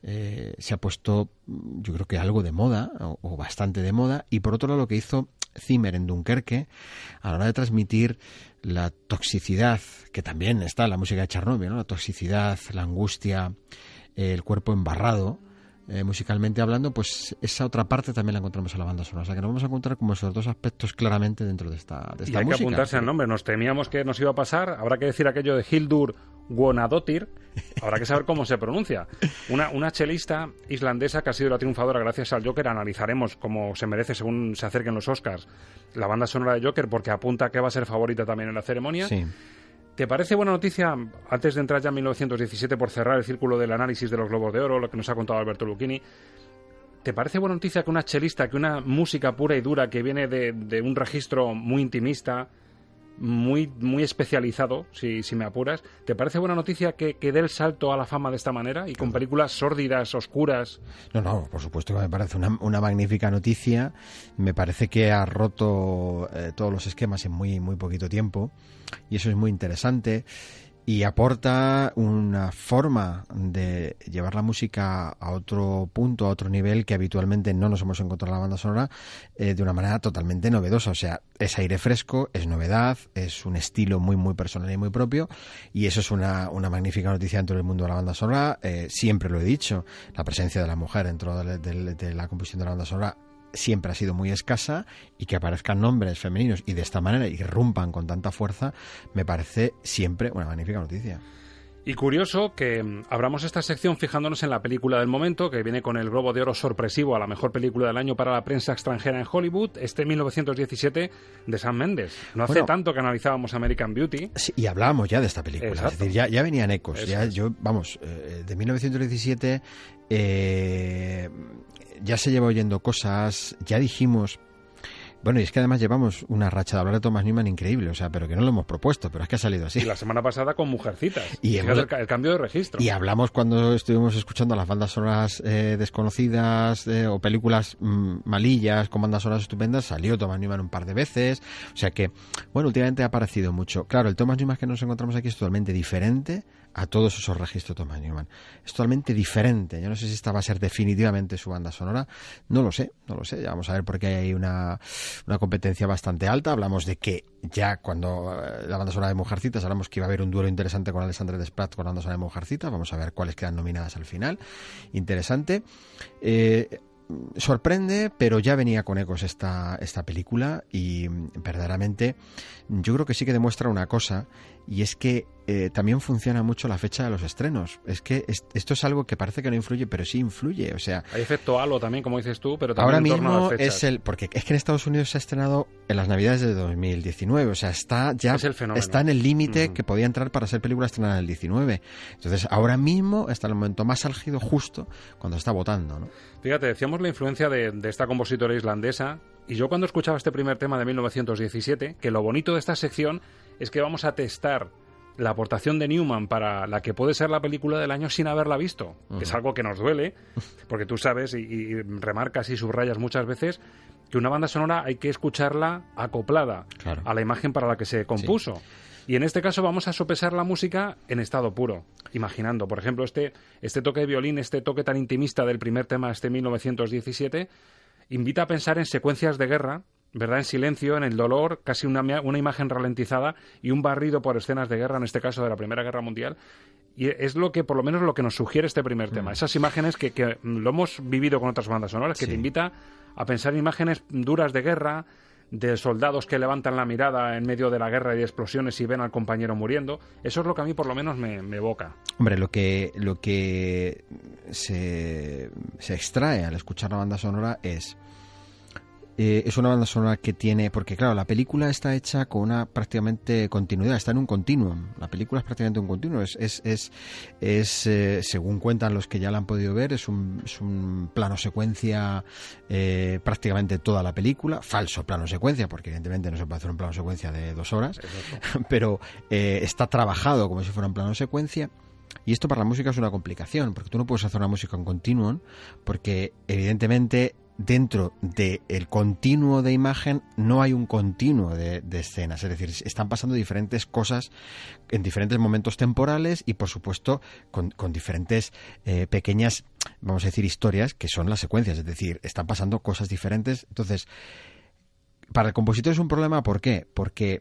se ha puesto, yo creo que algo de moda, o bastante de moda. Y por otro lado, lo que hizo Zimmer en Dunkerque, a la hora de transmitir la toxicidad, que también está en la música de Chernobyl, ¿no? La toxicidad, la angustia, el cuerpo embarrado, musicalmente hablando, pues esa otra parte también la encontramos en la banda sonora. O sea que nos vamos a encontrar como esos dos aspectos claramente dentro de esta y música. Hay que apuntarse al nombre, nos temíamos que nos iba a pasar. Habrá que decir aquello de Hildur Guðnadóttir, habrá que saber cómo se pronuncia. Una chelista islandesa que ha sido la triunfadora gracias al Joker. Analizaremos cómo se merece según se acerquen los Oscars la banda sonora de Joker, porque apunta que va a ser favorita también en la ceremonia. Sí. ¿Te parece buena noticia, antes de entrar ya en 1917, por cerrar el círculo del análisis de los Globos de Oro, lo que nos ha contado Alberto Lucchini, ¿te parece buena noticia que una chelista, que una música pura y dura que viene de un registro muy intimista, muy especializado, si me apuras, ¿te parece buena noticia que dé el salto a la fama de esta manera y con películas sórdidas, oscuras? No, por supuesto que me parece una magnífica noticia. Me parece que ha roto todos los esquemas en muy poquito tiempo, y eso es muy interesante. Y aporta una forma de llevar la música a otro punto, a otro nivel, que habitualmente no nos hemos encontrado en la banda sonora, de una manera totalmente novedosa. O sea, es aire fresco, es novedad, es un estilo muy personal y muy propio, y eso es una magnífica noticia dentro del mundo de la banda sonora. Siempre lo he dicho, la presencia de la mujer dentro de la composición de la banda sonora siempre ha sido muy escasa, y que aparezcan nombres femeninos y de esta manera irrumpan con tanta fuerza me parece siempre una magnífica noticia. Y curioso que abramos esta sección fijándonos en la película del momento, que viene con el Globo de Oro sorpresivo a la mejor película del año para la prensa extranjera en Hollywood, 1917 de Sam Mendes. No hace tanto que analizábamos American Beauty. Sí, y hablábamos ya de esta película. Exacto. Es decir, ya venían ecos. De 1917 ya se lleva oyendo cosas, ya dijimos. Bueno, y es que además llevamos una racha de hablar de Thomas Newman increíble, o sea, pero que no lo hemos propuesto, pero es que ha salido así. Y la semana pasada con Mujercitas. Y el cambio de registro. Y hablamos cuando estuvimos escuchando las bandas sonoras desconocidas o películas malillas con bandas sonoras estupendas, salió Thomas Newman un par de veces. O sea que, bueno, últimamente ha aparecido mucho. Claro, el Thomas Newman que nos encontramos aquí es totalmente diferente a todos esos registros de Thomas Newman. Es totalmente diferente. Yo no sé si esta va a ser definitivamente su banda sonora. No lo sé. Ya vamos a ver, porque hay ahí una competencia bastante alta. Hablamos de que ya cuando la banda sonora de Mujercitas, hablamos que iba a haber un duelo interesante con Alexandre Desplat con la banda sonora de Mujercitas. Vamos a ver cuáles quedan nominadas al final. Interesante. Sorprende, pero ya venía con ecos esta película, y verdaderamente yo creo que sí que demuestra una cosa, y es que también funciona mucho la fecha de los estrenos. Es que esto es algo que parece que no influye, pero sí influye. O sea, hay efecto halo también, como dices tú, pero también ahora en torno mismo a las fechas. Porque es que en Estados Unidos se ha estrenado en las Navidades de 2019, o sea, está en el límite que podía entrar para ser película estrenada en el 19. Entonces, ahora mismo está en el momento más álgido, justo cuando está votando, ¿no? Fíjate, decíamos la influencia de esta compositora islandesa, y yo cuando escuchaba este primer tema de 1917, que lo bonito de esta sección es que vamos a testar la aportación de Newman para la que puede ser la película del año sin haberla visto, que es algo que nos duele, porque tú sabes y remarcas y subrayas muchas veces que una banda sonora hay que escucharla acoplada a la imagen para la que se compuso. Sí. Y en este caso vamos a sopesar la música en estado puro, imaginando, por ejemplo, este toque de violín, este toque tan intimista del primer tema, 1917, invita a pensar en secuencias de guerra, ¿verdad? En silencio, en el dolor, casi una imagen ralentizada y un barrido por escenas de guerra, en este caso de la Primera Guerra Mundial. Y es lo que, por lo menos, lo que nos sugiere este primer tema. Esas imágenes que lo hemos vivido con otras bandas sonoras, que te invita a pensar en imágenes duras de guerra, de soldados que levantan la mirada en medio de la guerra y de explosiones y ven al compañero muriendo. Eso es lo que a mí, por lo menos, me evoca. Hombre, lo que se extrae al escuchar la banda sonora es una banda sonora que tiene... Porque, claro, la película está hecha con una prácticamente continuidad, está en un continuum. La película es prácticamente un continuum. Según cuentan los que ya la han podido ver, es un plano secuencia prácticamente toda la película. Falso plano secuencia, porque evidentemente no se puede hacer un plano secuencia de 2 horas. Pero está trabajado como si fuera un plano secuencia. Y esto para la música es una complicación, porque tú no puedes hacer una música en continuum, porque evidentemente dentro del continuo de imagen no hay un continuo de escenas, es decir, están pasando diferentes cosas en diferentes momentos temporales y por supuesto con diferentes pequeñas, vamos a decir, historias que son las secuencias, es decir, están pasando cosas diferentes. Entonces, para el compositor es un problema, ¿por qué? Porque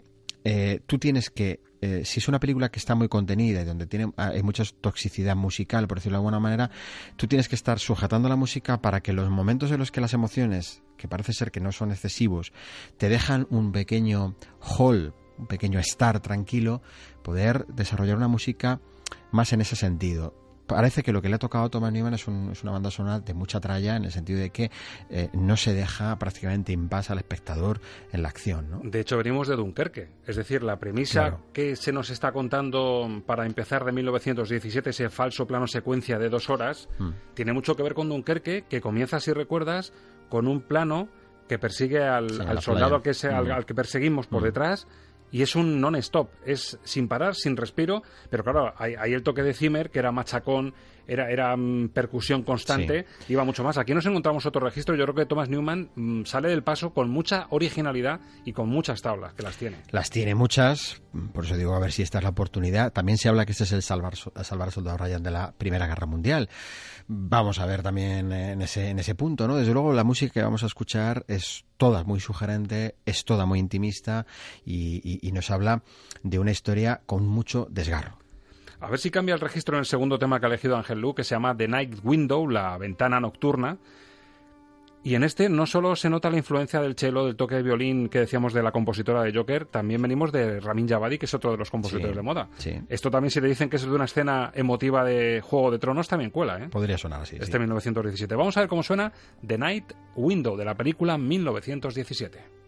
tú tienes que, si es una película que está muy contenida y donde hay mucha toxicidad musical, por decirlo de alguna manera, tú tienes que estar sujetando la música para que los momentos en los que las emociones, que parece ser que no son excesivos, te dejan un pequeño hall, un pequeño estar tranquilo, poder desarrollar una música más en ese sentido. Parece que lo que le ha tocado a Thomas Newman es una banda sonora de mucha tralla, en el sentido de que no se deja prácticamente en paz al espectador en la acción, ¿no? De hecho, venimos de Dunkerque. Es decir, la premisa que se nos está contando para empezar de 1917, ese falso plano secuencia de 2 horas, tiene mucho que ver con Dunkerque, que comienza, si recuerdas, con un plano que persigue al soldado al que perseguimos por detrás. Y es un non-stop, es sin parar, sin respiro, pero claro, hay el toque de Zimmer, que era machacón, era percusión constante, iba mucho más. Aquí nos encontramos otro registro. Yo creo que Thomas Newman sale del paso con mucha originalidad y con muchas tablas, que las tiene. Las tiene muchas, por eso digo, a ver si esta es la oportunidad. También se habla que este es el salvar al soldado Ryan de la Primera Guerra Mundial. Vamos a ver también en ese punto, ¿no? Desde luego la música que vamos a escuchar es toda muy sugerente, es toda muy intimista y nos habla de una historia con mucho desgarro. A ver si cambia el registro en el segundo tema que ha elegido Ángel Lu, que se llama The Night Window, la ventana nocturna. Y en este no solo se nota la influencia del cello, del toque de violín que decíamos de la compositora de Joker, también venimos de Ramin Djawadi, que es otro de los compositores de moda. Sí. Esto también, si te dicen que es de una escena emotiva de Juego de Tronos, también cuela, ¿eh? Podría sonar así. 1917. Vamos a ver cómo suena The Night Window, de la película 1917.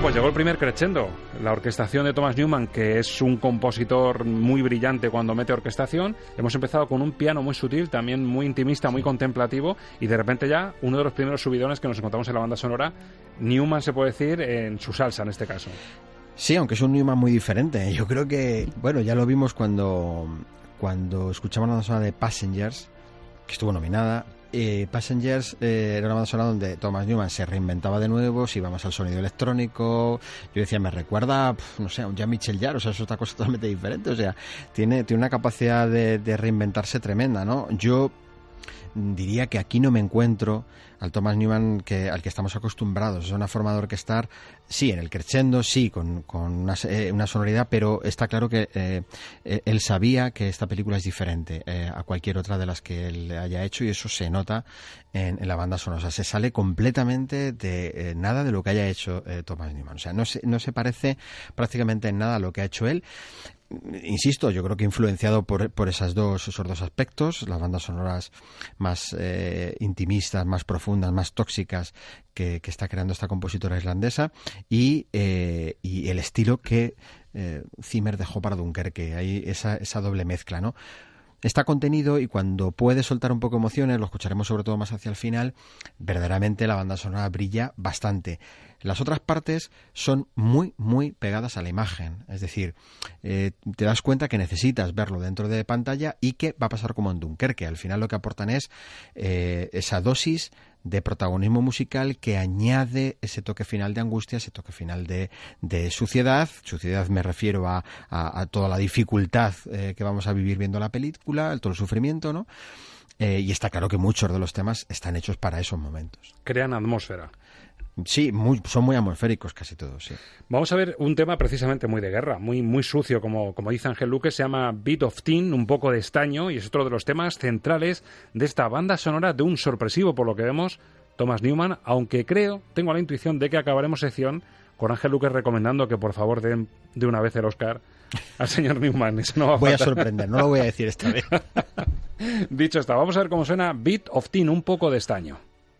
pues llegó el primer crescendo, la orquestación de Thomas Newman, que es un compositor muy brillante cuando mete orquestación. Hemos empezado con un piano muy sutil, también muy intimista, muy contemplativo, y de repente ya uno de los primeros subidones que nos encontramos en la banda sonora, Newman se puede decir en su salsa en este caso. Sí, aunque es un Newman muy diferente. Yo creo que, bueno, ya lo vimos cuando escuchamos la banda sonora de Passengers, que estuvo nominada. Passengers era una banda sonora donde Thomas Newman se reinventaba de nuevo, se iba más al sonido electrónico. Yo decía, me recuerda, no sé, a un Jean-Michel Jarre, o sea, es otra cosa totalmente diferente. O sea, tiene una capacidad de reinventarse tremenda, ¿no? Yo diría que aquí no me encuentro al Thomas Newman al que estamos acostumbrados. Es una forma de orquestar, sí, en el crescendo, sí, con una sonoridad, pero está claro que él sabía que esta película es diferente a cualquier otra de las que él haya hecho, y eso se nota en la banda sonora. O sea, se sale completamente de nada de lo que haya hecho Thomas Newman. O sea, no se parece prácticamente en nada a lo que ha hecho él. Insisto, yo creo que influenciado por esos dos aspectos, las bandas sonoras más intimistas, más profundas, más tóxicas que está creando esta compositora islandesa, y el estilo que Zimmer dejó para Dunkerque. Hay esa doble mezcla, ¿no? Está contenido, y cuando puede soltar un poco emociones, lo escucharemos sobre todo más hacia el final, verdaderamente la banda sonora brilla bastante. Las otras partes son muy, muy pegadas a la imagen, es decir, te das cuenta que necesitas verlo dentro de pantalla, y que va a pasar como en Dunkerque. Al final lo que aportan es esa dosis de protagonismo musical que añade ese toque final de angustia, ese toque final de suciedad. Suciedad me refiero a toda la dificultad que vamos a vivir viendo la película, todo el sufrimiento, ¿no? Y está claro que muchos de los temas están hechos para esos momentos. Crean atmósfera. Sí, son muy atmosféricos casi todos, sí. Vamos a ver un tema precisamente muy de guerra, muy, muy sucio, como dice Ángel Luque, se llama Bit of Tin, un poco de estaño, y es otro de los temas centrales de esta banda sonora de un sorpresivo, por lo que vemos, Thomas Newman, aunque tengo la intuición de que acabaremos sección con Ángel Luque recomendando que por favor den de una vez el Oscar al señor Newman. Eso no va a voy a sorprender, no lo voy a decir esta vez. Dicho está, vamos a ver cómo suena Bit of Tin, un poco de estaño.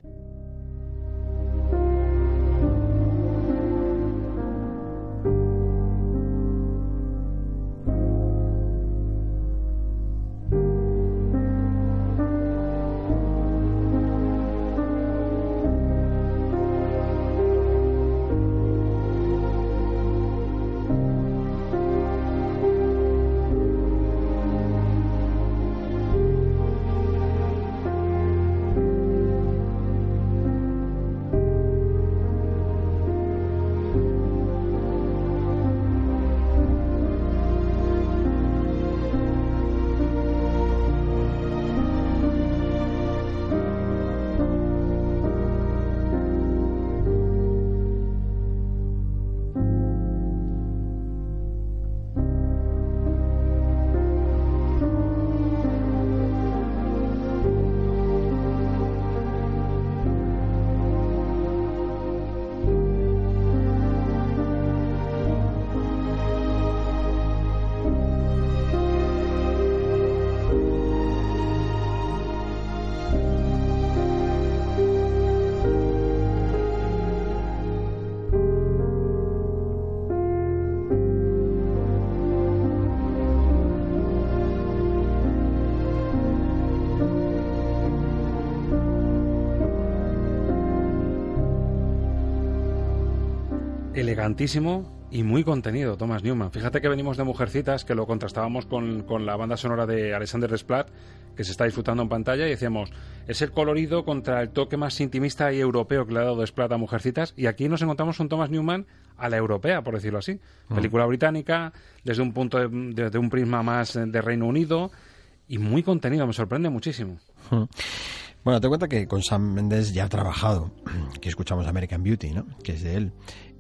Elegantísimo y muy contenido, Thomas Newman. Fíjate que venimos de Mujercitas, que lo contrastábamos con la banda sonora de Alexander Desplat, que se está disfrutando en pantalla, y decíamos, es el colorido contra el toque más intimista y europeo que le ha dado Desplat a Mujercitas, y aquí nos encontramos un Thomas Newman a la europea, por decirlo así. Película británica, desde un punto de un prisma más de Reino Unido, y muy contenido, me sorprende muchísimo. Bueno, te cuenta que con Sam Mendes ya ha trabajado, que escuchamos American Beauty, ¿no? Que es de él.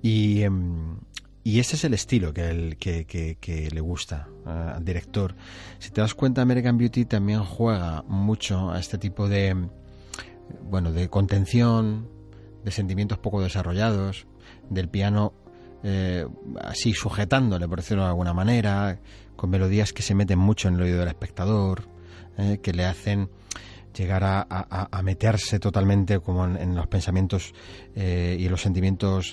Y ese es el estilo que le gusta al director. Si te das cuenta, American Beauty también juega mucho a este tipo de contención, de sentimientos poco desarrollados, del piano así sujetándole, por decirlo de alguna manera, con melodías que se meten mucho en el oído del espectador, que le hacen llegar a meterse totalmente como en los pensamientos y en los sentimientos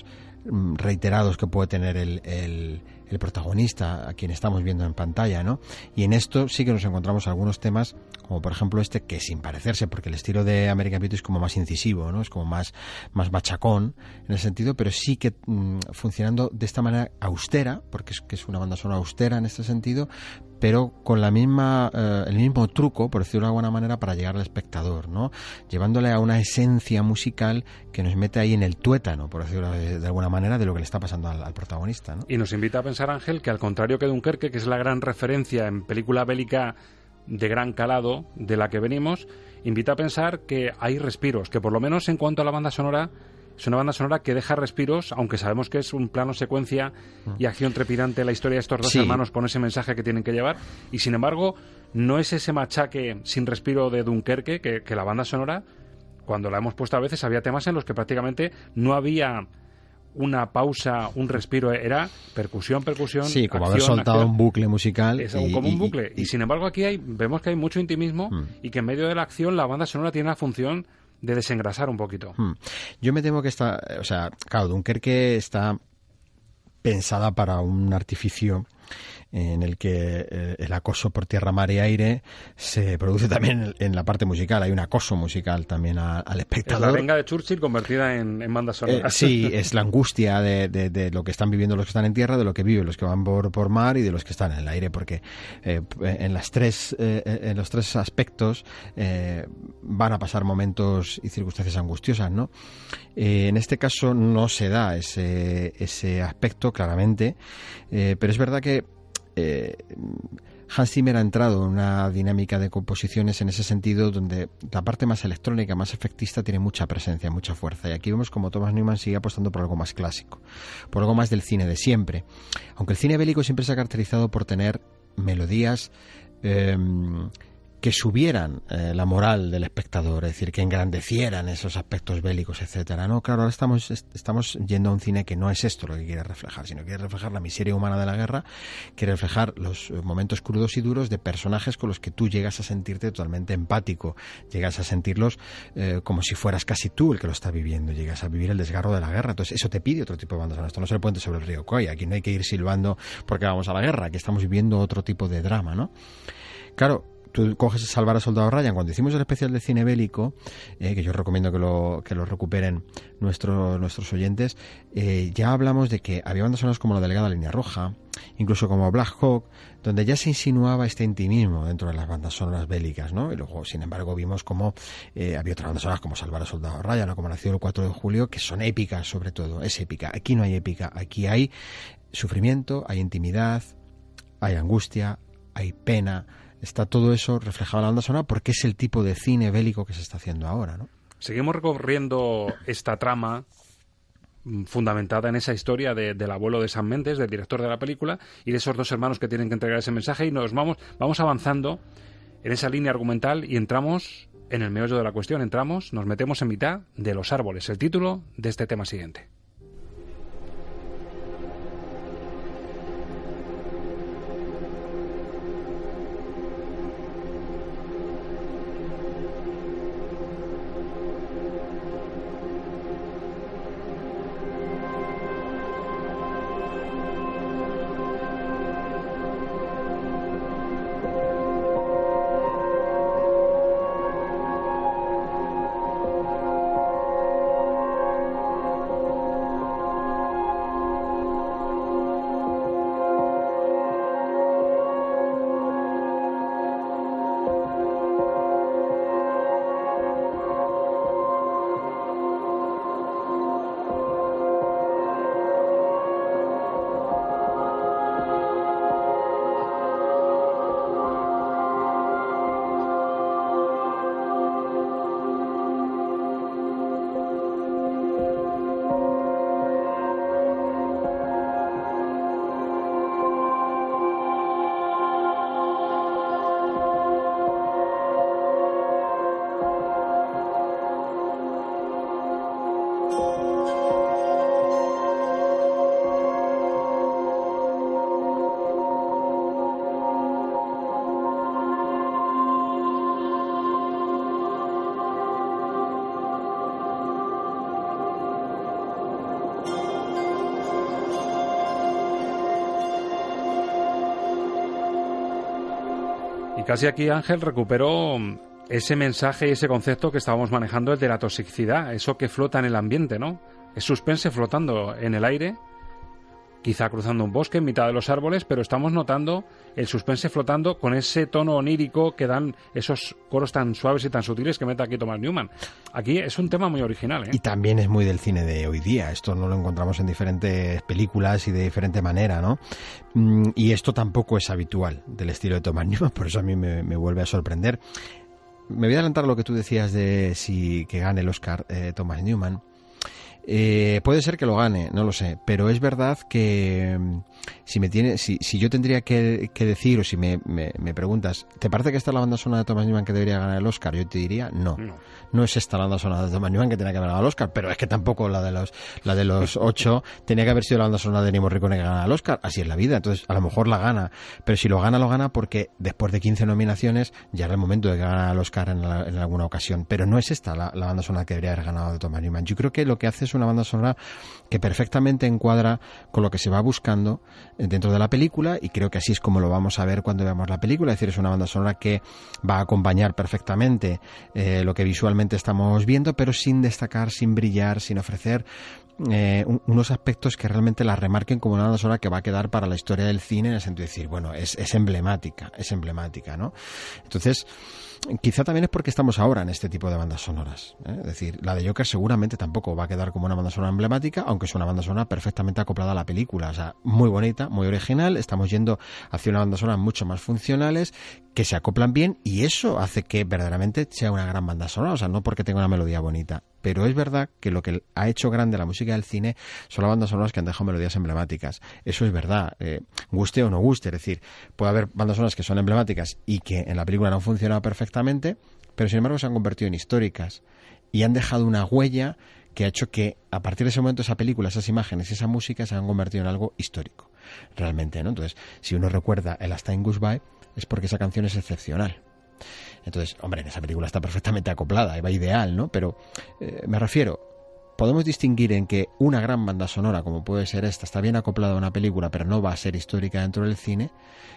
reiterados que puede tener el protagonista, a quien estamos viendo en pantalla, ¿no? Y en esto sí que nos encontramos algunos temas, como por ejemplo este, que sin parecerse, porque el estilo de American Beauty es como más incisivo, ¿no? Es como más machacón en ese sentido, pero sí que funcionando de esta manera austera, porque es una banda sonora austera en este sentido, pero con el mismo truco, por decirlo de alguna manera, para llegar al espectador, ¿no? Llevándole a una esencia musical que nos mete ahí en el tuétano, por decirlo de alguna manera, de lo que le está pasando al protagonista, ¿no? Y nos invita a pensar, Ángel, que al contrario que Dunkerque, que es la gran referencia en película bélica de gran calado de la que venimos, invita a pensar que hay respiros, que por lo menos en cuanto a la banda sonora, es una banda sonora que deja respiros, aunque sabemos que es un plano secuencia y acción trepidante la historia de estos dos hermanos con ese mensaje que tienen que llevar, y sin embargo no es ese machaque sin respiro de Dunkerque, que la banda sonora, cuando la hemos puesto a veces, había temas en los que prácticamente no había una pausa, un respiro, era percusión, sí, como haber soltado un bucle musical. Es como un bucle. Y sin embargo aquí vemos que hay mucho intimismo y que en medio de la acción la banda sonora tiene la función de desengrasar un poquito. Yo me temo que claro, Dunkerque está pensada para un artificio en el que el acoso por tierra, mar y aire se produce también en la parte musical. Hay un acoso musical también al espectador. Es la venga de Churchill convertida en banda sonora. Sí, es la angustia de lo que están viviendo los que están en tierra, de lo que viven los que van por mar y de los que están en el aire, porque en los tres aspectos van a pasar momentos y circunstancias angustiosas, ¿no? En este caso no se da ese aspecto claramente, pero es verdad que Hans Zimmer ha entrado en una dinámica de composiciones en ese sentido donde la parte más electrónica, más efectista tiene mucha presencia, mucha fuerza, y aquí vemos como Thomas Newman sigue apostando por algo más clásico, por algo más del cine de siempre, aunque el cine bélico siempre se ha caracterizado por tener melodías que subieran la moral del espectador, es decir, que engrandecieran esos aspectos bélicos, etcétera, ¿no? Claro, ahora estamos yendo a un cine que no es esto lo que quiere reflejar, sino que quiere reflejar la miseria humana de la guerra, quiere reflejar los momentos crudos y duros de personajes con los que tú llegas a sentirte totalmente empático, llegas a sentirlos como si fueras casi tú el que lo está viviendo, llegas a vivir el desgarro de la guerra. Entonces eso te pide otro tipo de banda sonora. Esto no es el puente sobre el río Kwai, aquí no hay que ir silbando porque vamos a la guerra, aquí estamos viviendo otro tipo de drama, ¿no? Claro, tú coges Salvar al Soldado Ryan. Cuando hicimos el especial de cine bélico, que yo recomiendo que lo recuperen nuestros oyentes, ya hablamos de que había bandas sonoras como La Delgada Línea Roja, incluso como Black Hawk, donde ya se insinuaba este intimismo dentro de las bandas sonoras bélicas, ¿no? Y luego, sin embargo, vimos como había otras bandas sonoras como Salvar al Soldado Ryan o como Nacido el 4 de julio, que son épicas, sobre todo. Es épica. Aquí no hay épica. Aquí hay sufrimiento, hay intimidad, hay angustia, hay pena. Está todo eso reflejado en la banda sonora porque es el tipo de cine bélico que se está haciendo ahora, ¿no? Seguimos recorriendo esta trama fundamentada en esa historia del abuelo de Sam Mendes, del director de la película, y de esos dos hermanos que tienen que entregar ese mensaje, y vamos avanzando en esa línea argumental y entramos en el meollo de la cuestión. Nos metemos en mitad de Los árboles, el título de este tema siguiente. casi aquí, Ángel, recuperó ese mensaje y ese concepto que estábamos manejando, el de la toxicidad, eso que flota en el ambiente, ¿no? Es suspense flotando en el aire, quizá cruzando un bosque en mitad de los árboles, pero estamos notando el suspense flotando con ese tono onírico que dan esos coros tan suaves y tan sutiles que mete aquí Thomas Newman. Aquí es un tema muy original, ¿eh? Y también es muy del cine de hoy día. Esto no lo encontramos en diferentes películas y de diferente manera, ¿no? Y esto tampoco es habitual del estilo de Thomas Newman, por eso a mí me vuelve a sorprender. Me voy a adelantar lo que tú decías de si que gane el Oscar Thomas Newman. Puede ser que lo gane, no lo sé, pero es verdad que si yo tendría que decir, o si me preguntas, ¿te parece que esta es la banda sonora de Thomas Newman que debería ganar el Oscar? Yo te diría no es esta la banda sonora de Thomas Newman que tenía que haber ganado el Oscar, pero es que tampoco la de los 8 tenía que haber sido la banda sonora de Ennio Morricone que ganara el Oscar. Así es la vida, entonces a lo mejor la gana, pero si lo gana porque después de 15 nominaciones ya era el momento de que ganara el Oscar en alguna ocasión, pero no es esta la banda sonora que debería haber ganado de Thomas Newman. Yo creo que lo que hace es una banda sonora que perfectamente encuadra con lo que se va buscando dentro de la película, y creo que así es como lo vamos a ver cuando veamos la película. Es decir, es una banda sonora que va a acompañar perfectamente lo que visualmente estamos viendo, pero sin destacar, sin brillar, sin ofrecer unos aspectos que realmente la remarquen como una banda sonora que va a quedar para la historia del cine, en el sentido de decir, bueno, es emblemática, ¿no? Entonces, quizá también es porque estamos ahora en este tipo de bandas sonoras, ¿eh? Es decir, la de Joker seguramente tampoco va a quedar como una banda sonora emblemática, aunque es una banda sonora perfectamente acoplada a la película, o sea, muy bonita, muy original. Estamos yendo hacia una banda sonora mucho más funcionales, que se acoplan bien, y eso hace que verdaderamente sea una gran banda sonora, o sea, no porque tenga una melodía bonita, pero es verdad que lo que ha hecho grande la música del cine son las bandas sonoras que han dejado melodías emblemáticas. Eso es verdad, guste o no guste, es decir, puede haber bandas sonoras que son emblemáticas y que en la película no han funcionado perfectamente, pero sin embargo se han convertido en históricas y han dejado una huella que ha hecho que a partir de ese momento esa película, esas imágenes, esa música se han convertido en algo histórico, realmente, ¿no? Entonces, si uno recuerda el A Time Goes By, es porque esa canción es excepcional. Entonces, hombre, en esa película está perfectamente acoplada, va ideal, ¿no? Pero me refiero, podemos distinguir en que una gran banda sonora, como puede ser esta, está bien acoplada a una película, pero no va a ser histórica dentro del cine,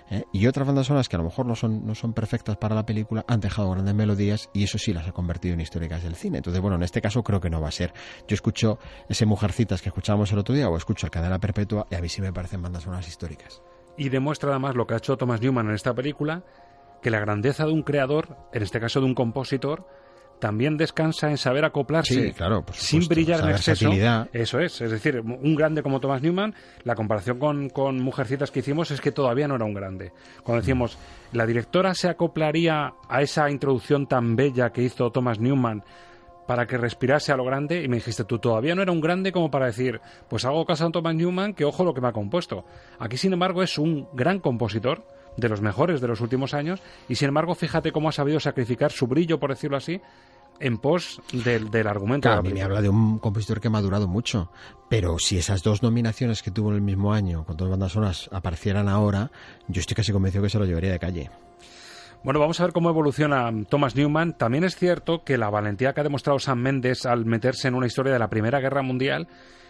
y otras bandas sonoras que a lo mejor no son perfectas para la película, han dejado grandes melodías y eso sí las ha convertido en históricas del cine. Entonces, bueno, en este caso creo que no va a ser. Yo escucho ese Mujercitas que escuchábamos el otro día, o escucho el Cadena Perpetua, y a mí sí me parecen bandas sonoras históricas. Y demuestra además lo que ha hecho Thomas Newman en esta película, que la grandeza de un creador, en este caso de un compositor, también descansa en saber acoplarse, sí, claro, por supuesto, sin brillar en exceso. Versatilidad. Eso es decir, un grande como Thomas Newman, la comparación con Mujercitas que hicimos es que todavía no era un grande. Cuando decimos, la directora se acoplaría a esa introducción tan bella que hizo Thomas Newman para que respirase a lo grande, y me dijiste, tú todavía no era un grande como para decir, pues hago caso a Thomas Newman, que ojo lo que me ha compuesto. Aquí, sin embargo, es un gran compositor, de los mejores de los últimos años, y sin embargo, fíjate cómo ha sabido sacrificar su brillo, por decirlo así, en pos del argumento. Claro, a mí me habla de un compositor que ha madurado mucho, pero si esas dos nominaciones que tuvo en el mismo año, con dos bandas sonoras, aparecieran ahora, yo estoy casi convencido que se lo llevaría de calle. Bueno, vamos a ver cómo evoluciona Thomas Newman. También es cierto que la valentía que ha demostrado Sam Mendes al meterse en una historia de la Primera Guerra Mundial,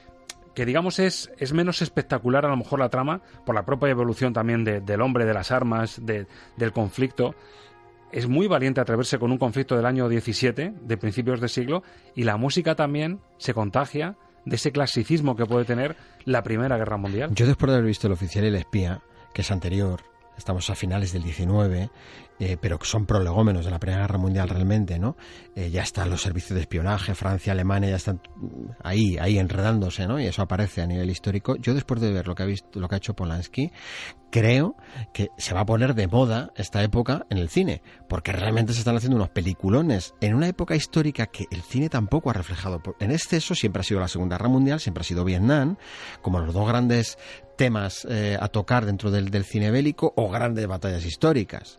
que digamos es menos espectacular a lo mejor la trama, por la propia evolución también del hombre, de las armas, del conflicto. Es muy valiente atreverse con un conflicto del año 17, de principios de siglo, y la música también se contagia de ese clasicismo que puede tener la Primera Guerra Mundial. Yo, después de haber visto El Oficial y el Espía, que es anterior, estamos a finales del 19, pero que son prolegómenos de la Primera Guerra Mundial realmente, ¿no? Ya están los servicios de espionaje, Francia, Alemania, ya están ahí enredándose, ¿no? Y eso aparece a nivel histórico. Yo, después de ver lo que ha hecho Polanski, creo que se va a poner de moda esta época en el cine, porque realmente se están haciendo unos peliculones en una época histórica que el cine tampoco ha reflejado. En exceso siempre ha sido la Segunda Guerra Mundial, siempre ha sido Vietnam, como los dos grandes temas a tocar dentro del cine bélico, o grandes batallas históricas,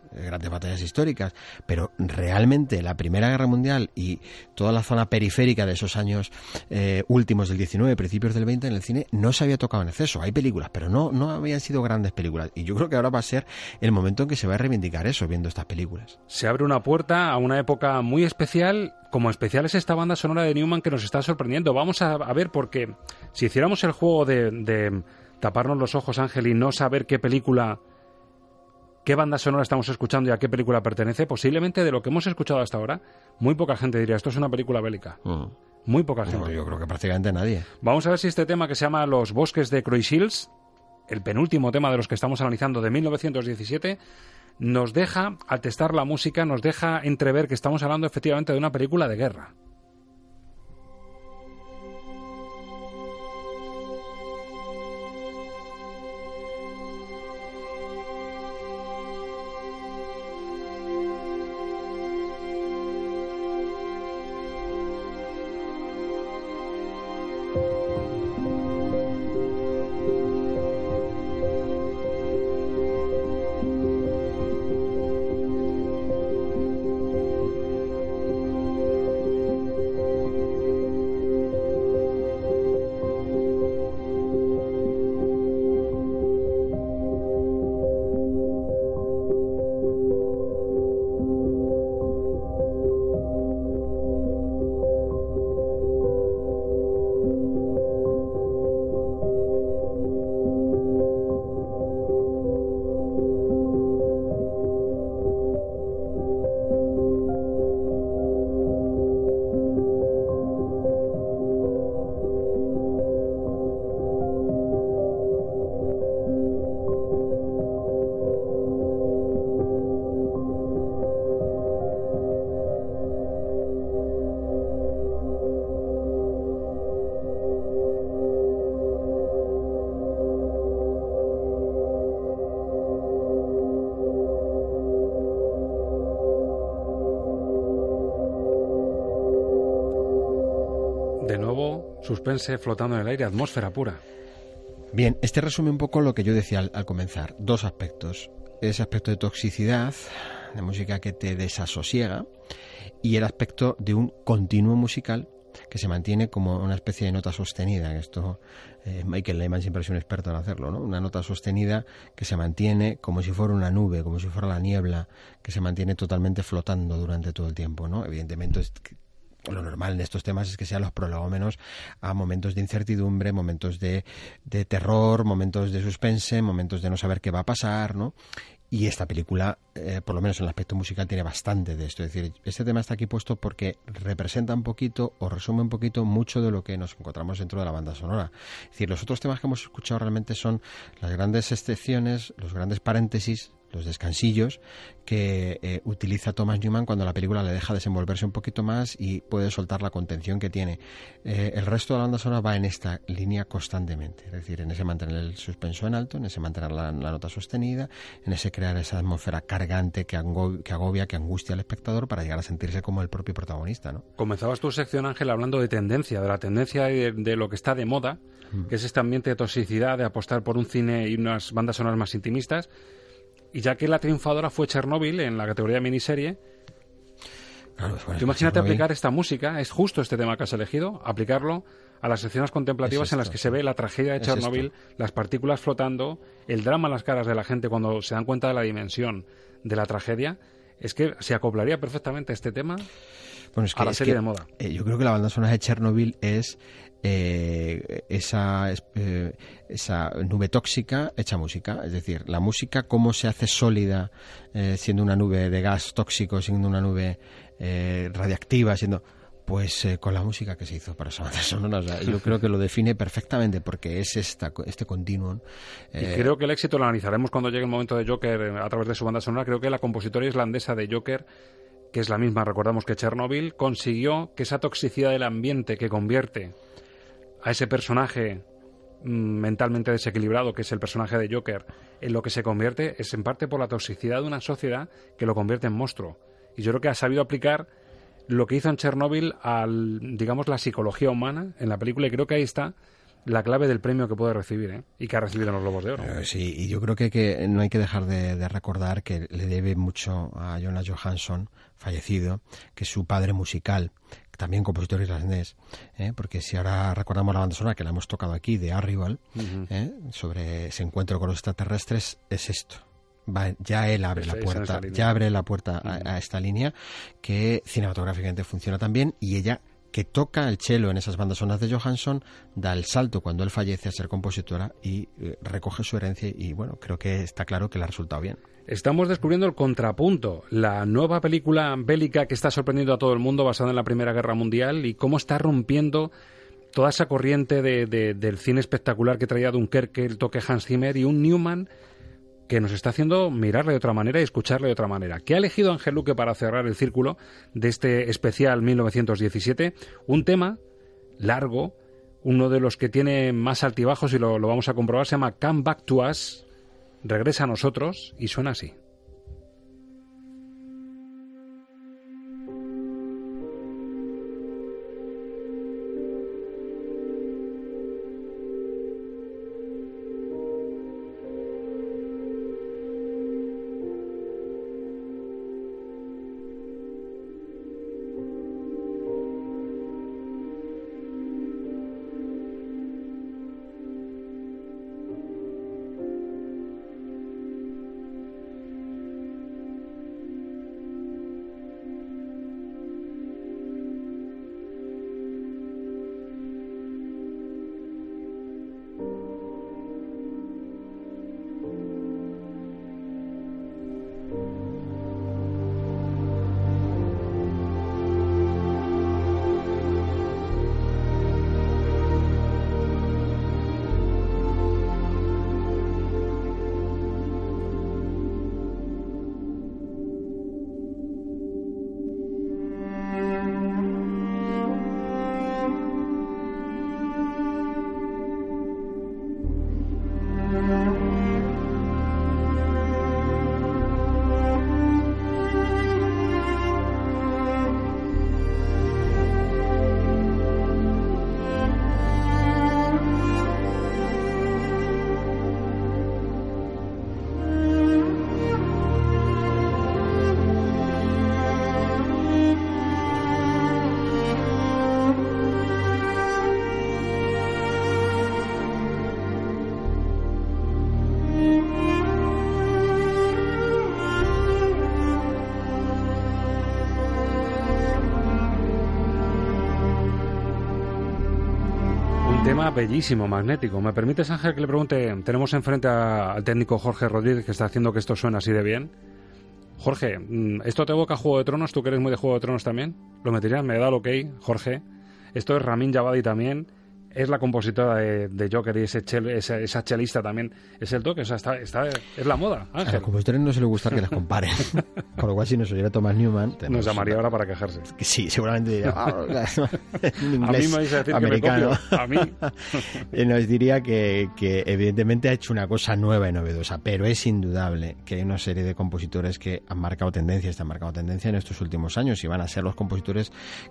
pero realmente la Primera Guerra Mundial y toda la zona periférica de esos años últimos del 19, principios del 20 en el cine no se había tocado en exceso. Hay películas, pero no habían sido grandes películas, y yo creo que ahora va a ser el momento en que se va a reivindicar eso viendo estas películas. Se abre una puerta a una época muy especial, como especial es esta banda sonora de Newman que nos está sorprendiendo. Vamos a ver, porque si hiciéramos el juego de taparnos los ojos, Ángel, y no saber qué película qué banda sonora estamos escuchando y a qué película pertenece, posiblemente de lo que hemos escuchado hasta ahora, muy poca gente diría, esto es una película bélica. Muy poca gente. No, yo creo que prácticamente nadie. Vamos a ver si este tema que se llama Los bosques de Croix-Shields, el penúltimo tema de los que estamos analizando de 1917, nos deja, al testar la música, nos deja entrever que estamos hablando efectivamente de una película de guerra. De nuevo, suspense flotando en el aire, atmósfera pura. Bien, este resume un poco lo que yo decía al comenzar. Dos aspectos. Ese aspecto de toxicidad, de música que te desasosiega, y el aspecto de un continuo musical que se mantiene como una especie de nota sostenida. Esto Michael Lehmann siempre es un experto en hacerlo, ¿no? Una nota sostenida que se mantiene como si fuera una nube, como si fuera la niebla, que se mantiene totalmente flotando durante todo el tiempo, ¿no? Evidentemente lo normal en estos temas es que sean los prolegómenos a momentos de incertidumbre, momentos de terror, momentos de suspense, momentos de no saber qué va a pasar, ¿no? Y esta película, por lo menos en el aspecto musical, tiene bastante de esto. Es decir, este tema está aquí puesto porque representa un poquito o resume un poquito mucho de lo que nos encontramos dentro de la banda sonora. Es decir, los otros temas que hemos escuchado realmente son las grandes excepciones, los grandes paréntesis, los descansillos que utiliza Thomas Newman cuando la película le deja desenvolverse un poquito más y puede soltar la contención que tiene. El resto de la banda sonora va en esta línea constantemente, es decir, en ese mantener el suspenso en alto, en ese mantener la nota sostenida, en ese crear esa atmósfera cargante que agobia, que angustia al espectador para llegar a sentirse como el propio protagonista, ¿no? Comenzabas tu sección, Ángel, hablando de tendencia, de la tendencia de lo que está de moda, que es este ambiente de toxicidad, de apostar por un cine y unas bandas sonoras más intimistas. Y ya que la triunfadora fue Chernobyl en la categoría miniserie, claro, tú imagínate aplicar esta música, es justo este tema que has elegido, aplicarlo a las escenas contemplativas en las que se ve la tragedia de Chernobyl, las partículas flotando, el drama en las caras de la gente cuando se dan cuenta de la dimensión de la tragedia. Es que se acoplaría perfectamente este tema a la serie de moda. Yo creo que la banda sonora de Chernobyl es esa nube tóxica hecha música, es decir, la música cómo se hace sólida siendo una nube de gas tóxico, siendo una nube radiactiva, con la música que se hizo para esa banda sonora. O sea, yo creo que lo define perfectamente porque es este continuum. Y creo que el éxito lo analizaremos cuando llegue el momento de Joker a través de su banda sonora. Creo que la compositora islandesa de Joker, que es la misma, recordamos, que Chernobyl, consiguió que esa toxicidad del ambiente que convierte a ese personaje mentalmente desequilibrado, que es el personaje de Joker, en lo que se convierte es en parte por la toxicidad de una sociedad que lo convierte en monstruo. Y yo creo que ha sabido aplicar lo que hizo en Chernobyl digamos, la psicología humana en la película, y creo que ahí está la clave del premio que puede recibir, y que ha recibido en los Globos de Oro. Sí, y yo creo que no hay que dejar de recordar que le debe mucho a Jonas Johansson, fallecido, que es su padre musical, también compositor irlandés, porque si ahora recordamos la banda sonora que la hemos tocado aquí, de Arrival, sobre ese encuentro con los extraterrestres, es esto. Ya él abre la puerta, a esta línea que cinematográficamente funciona también, y ella que toca el cello en esas bandas sonoras de Johansson, da el salto cuando él fallece a ser compositora y recoge su herencia, y bueno, creo que está claro que le ha resultado bien. Estamos descubriendo el contrapunto, la nueva película bélica que está sorprendiendo a todo el mundo, basada en la Primera Guerra Mundial, y cómo está rompiendo toda esa corriente del cine espectacular que traía Dunkerque, el toque Hans Zimmer, y un Newman que nos está haciendo mirarle de otra manera y escucharle de otra manera. ¿Qué ha elegido Ángel Luque para cerrar el círculo de este especial 1917? Un tema largo, uno de los que tiene más altibajos, y lo vamos a comprobar, se llama Come Back to Us, regresa a nosotros, y suena así. Tema bellísimo, magnético. ¿Me permites, Ángel, que le pregunte? Tenemos enfrente al técnico Jorge Rodríguez, que está haciendo que esto suene así de bien. Jorge, ¿esto te evoca Juego de Tronos? ¿Tú que eres muy de Juego de Tronos también? ¿Lo meterías? ¿Me da el ok, Jorge? Esto es Ramin Djawadi también. Es la compositora de Joker, y esa chelista también es el toque. O sea, es la moda, Ángel. A los compositores no se les gusta que les comparen. Con lo cual, si nos oyera Thomas Newman... Nos llamaría ahora para quejarse. Sí, seguramente diría... en inglés, a mí me vais a decir americano. Que me copio. A mí. Nos diría que evidentemente ha hecho una cosa nueva y novedosa, pero es indudable que hay una serie de compositores que han marcado tendencia, están marcando tendencia en estos últimos años, y van a ser los compositores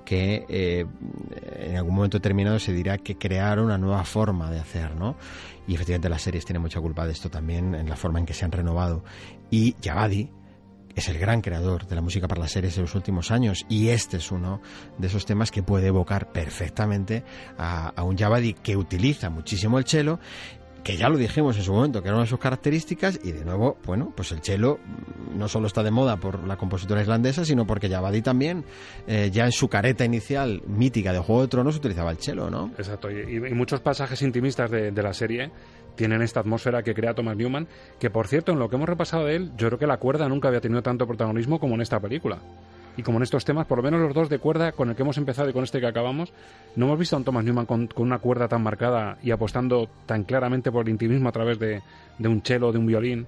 que en algún momento determinado se dirá que crear una nueva forma de hacer, ¿no? Y efectivamente las series tienen mucha culpa de esto también, en la forma en que se han renovado. Y Djawadi es el gran creador de la música para las series de los últimos años, y este es uno de esos temas que puede evocar perfectamente a un Djawadi que utiliza muchísimo el cello, que ya lo dijimos en su momento, que era una de sus características, y de nuevo, bueno, pues el cello no solo está de moda por la compositora islandesa, sino porque Djawadi también, ya en su careta inicial mítica de Juego de Tronos, utilizaba el cello, ¿no? Exacto, y muchos pasajes intimistas de la serie tienen esta atmósfera que crea Thomas Newman, que por cierto, en lo que hemos repasado de él, yo creo que la cuerda nunca había tenido tanto protagonismo como en esta película. Y como en estos temas, por lo menos los dos de cuerda, con el que hemos empezado y con este que acabamos, no hemos visto a un Thomas Newman con una cuerda tan marcada y apostando tan claramente por el intimismo a través de un cello, de un violín.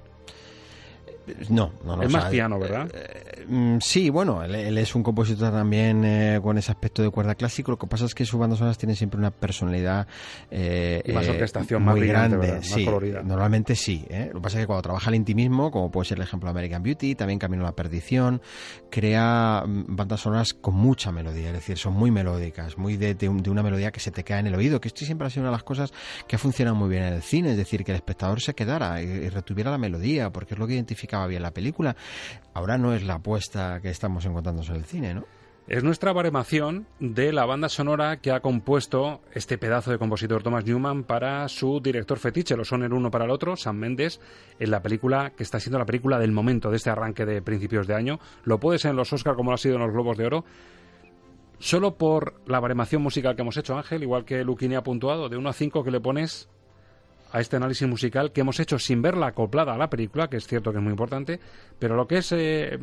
No. Es más piano, ¿verdad? Sí, bueno, él es un compositor también con ese aspecto de cuerda clásico. Lo que pasa es que sus bandas sonoras tienen siempre una personalidad y más orquestación, muy más brillante, grande, más sí, colorida. Normalmente sí, ¿eh? Lo que pasa es que cuando trabaja el intimismo, como puede ser el ejemplo de American Beauty, también Camino a la Perdición, crea bandas sonoras con mucha melodía, es decir, son muy melódicas, muy de una melodía que se te queda en el oído, que esto siempre ha sido una de las cosas que ha funcionado muy bien en el cine, es decir, que el espectador se quedara y retuviera la melodía, porque es lo que identificaba bien la película. Ahora no es la apuesta que estamos encontrando en el cine, ¿no? Es nuestra baremación de la banda sonora que ha compuesto este pedazo de compositor Thomas Newman para su director fetiche. Lo son el uno para el otro, Sam Mendes, en la película que está siendo la película del momento de este arranque de principios de año. Lo puede ser en los Oscar como lo ha sido en los Globos de Oro. Solo por la baremación musical que hemos hecho, Ángel, igual que Luquini ha puntuado, de 1 a 5 que le pones a este análisis musical que hemos hecho sin verla acoplada a la película, que es cierto que es muy importante, pero lo que es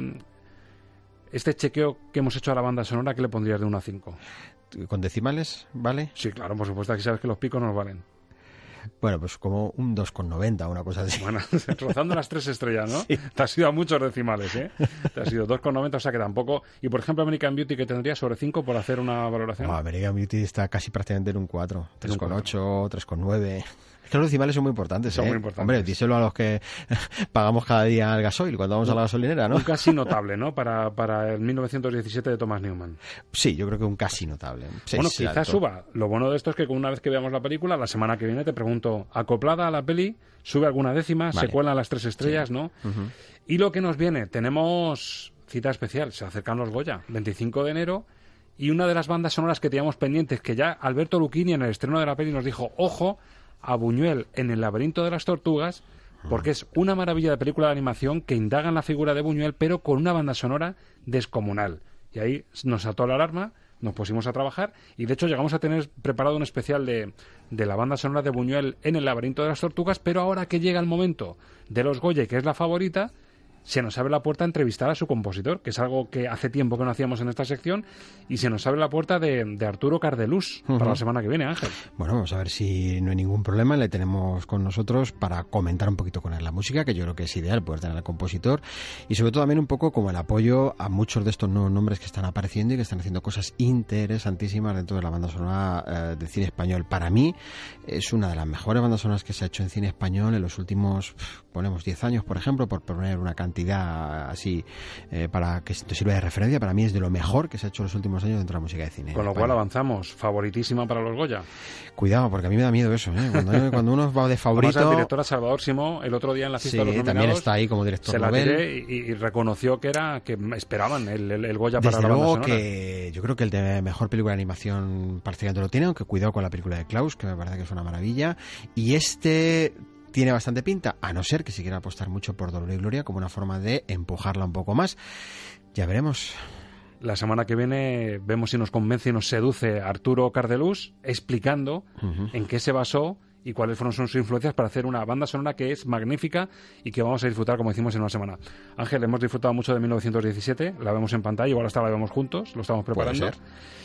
este chequeo que hemos hecho a la banda sonora, ¿qué le pondrías de 1 a 5? ¿Con decimales, vale? Sí, claro, por supuesto, aquí sabes que los picos nos valen. Bueno, pues como un 2,90, una cosa así. Bueno, rozando las 3 estrellas, ¿no? Sí. Te has ido a muchos decimales, ¿eh? Te has ido 2,90, o sea que tampoco... Y, por ejemplo, American Beauty, que tendría sobre 5 por hacer una valoración. No, American Beauty está casi prácticamente en un 4. 3,8, 3,9... Es que los decimales son muy importantes, Son muy importantes. Hombre, díselo a los que pagamos cada día el gasoil cuando vamos a la gasolinera, ¿no? Un casi notable, ¿no? Para el 1917 de Thomas Newman. Sí, yo creo que un casi notable. Bueno, quizás suba. Lo bueno de esto es que una vez que veamos la película, la semana que viene te pregunto, acoplada a la peli, sube alguna décima, vale. Se cuelan las 3 estrellas, sí. ¿no? Uh-huh. Y lo que nos viene, tenemos cita especial, se acercan los Goya, 25 de enero, y una de las bandas sonoras que teníamos pendientes, que ya Alberto Lucchini en el estreno de la peli nos dijo, ojo, a Buñuel en El laberinto de las tortugas, porque es una maravilla de película de animación que indaga en la figura de Buñuel, pero con una banda sonora descomunal. Y ahí nos saltó la alarma, nos pusimos a trabajar y de hecho llegamos a tener preparado un especial de la banda sonora de Buñuel en El laberinto de las tortugas, pero ahora que llega el momento de los Goya, que es la favorita, se nos abre la puerta a entrevistar a su compositor, que es algo que hace tiempo que no hacíamos en esta sección, y se nos abre la puerta de Arturo Cardelús para la semana que viene, Ángel. Bueno, vamos a ver si no hay ningún problema, le tenemos con nosotros para comentar un poquito con él la música, que yo creo que es ideal poder tener al compositor, y sobre todo también un poco como el apoyo a muchos de estos nuevos nombres que están apareciendo y que están haciendo cosas interesantísimas dentro de la banda sonora del cine español. Para mí es una de las mejores bandas sonoras que se ha hecho en cine español en los últimos, ponemos 10 años, por ejemplo, por poner una cantidad así para que te sirva de referencia. Para mí es de lo mejor que se ha hecho en los últimos años dentro de la música de cine. Con lo cual avanzamos, favoritísima para los Goya. Cuidado, porque a mí me da miedo eso, cuando uno va de favorito. Además, la directora Salvador Simó el otro día en la fiesta de los nominados también está ahí como director se la Nobel. tiré y reconoció que esperaban el Goya Desde para la banda luego sonora. Que yo creo que el de mejor película de animación prácticamente lo tiene, aunque cuidado con la película de Klaus, que me parece que es una maravilla, y este tiene bastante pinta, a no ser que se quiera apostar mucho por Dolor y Gloria como una forma de empujarla un poco más. Ya veremos. La semana que viene vemos si nos convence y nos seduce Arturo Cardelús explicando en qué se basó y cuáles fueron sus influencias para hacer una banda sonora que es magnífica y que vamos a disfrutar, como decimos, en una semana. Ángel, hemos disfrutado mucho de 1917, la vemos en pantalla, igual hasta la vemos juntos, lo estamos preparando. Puede ser.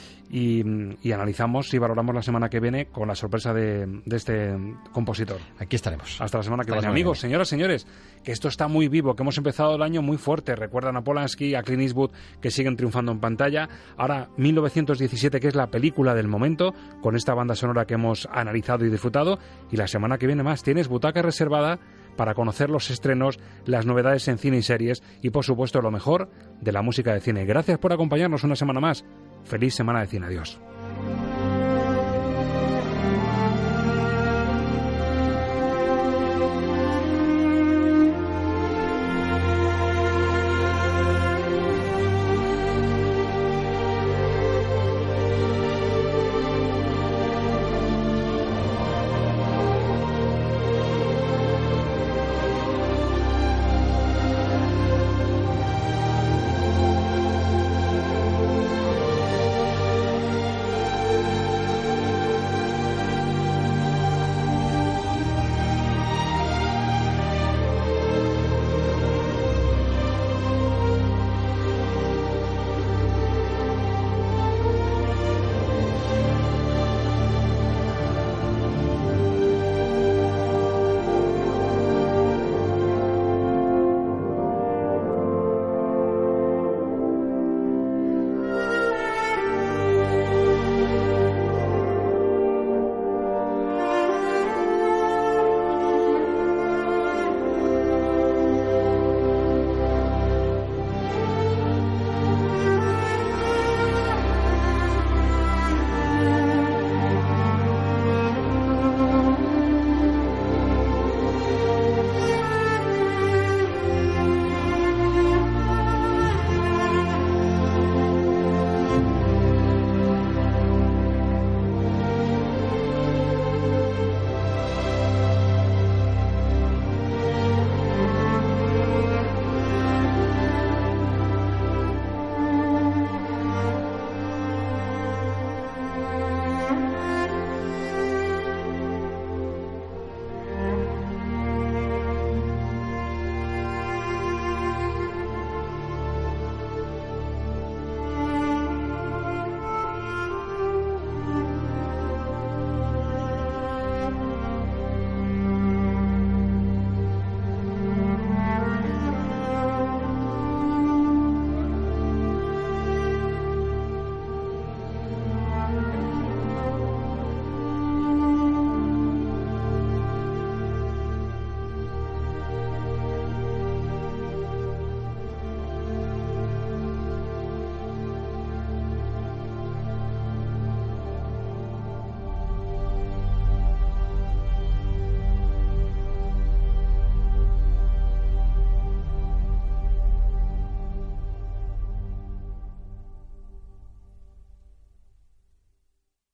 Y analizamos y valoramos la semana que viene con la sorpresa de este compositor. Aquí estaremos. Hasta la semana que Hasta la viene. semana Amigos, que señoras, señores, que esto está muy vivo, que hemos empezado el año muy fuerte. Recuerdan a Polanski, a Clint Eastwood, que siguen triunfando en pantalla. Ahora 1917, que es la película del momento, con esta banda sonora que hemos analizado y disfrutado. Y la semana que viene más. Tienes butaca reservada para conocer los estrenos, las novedades en cine y series y, por supuesto, lo mejor de la música de cine. Gracias por acompañarnos una semana más. Feliz semana de cine. Adiós.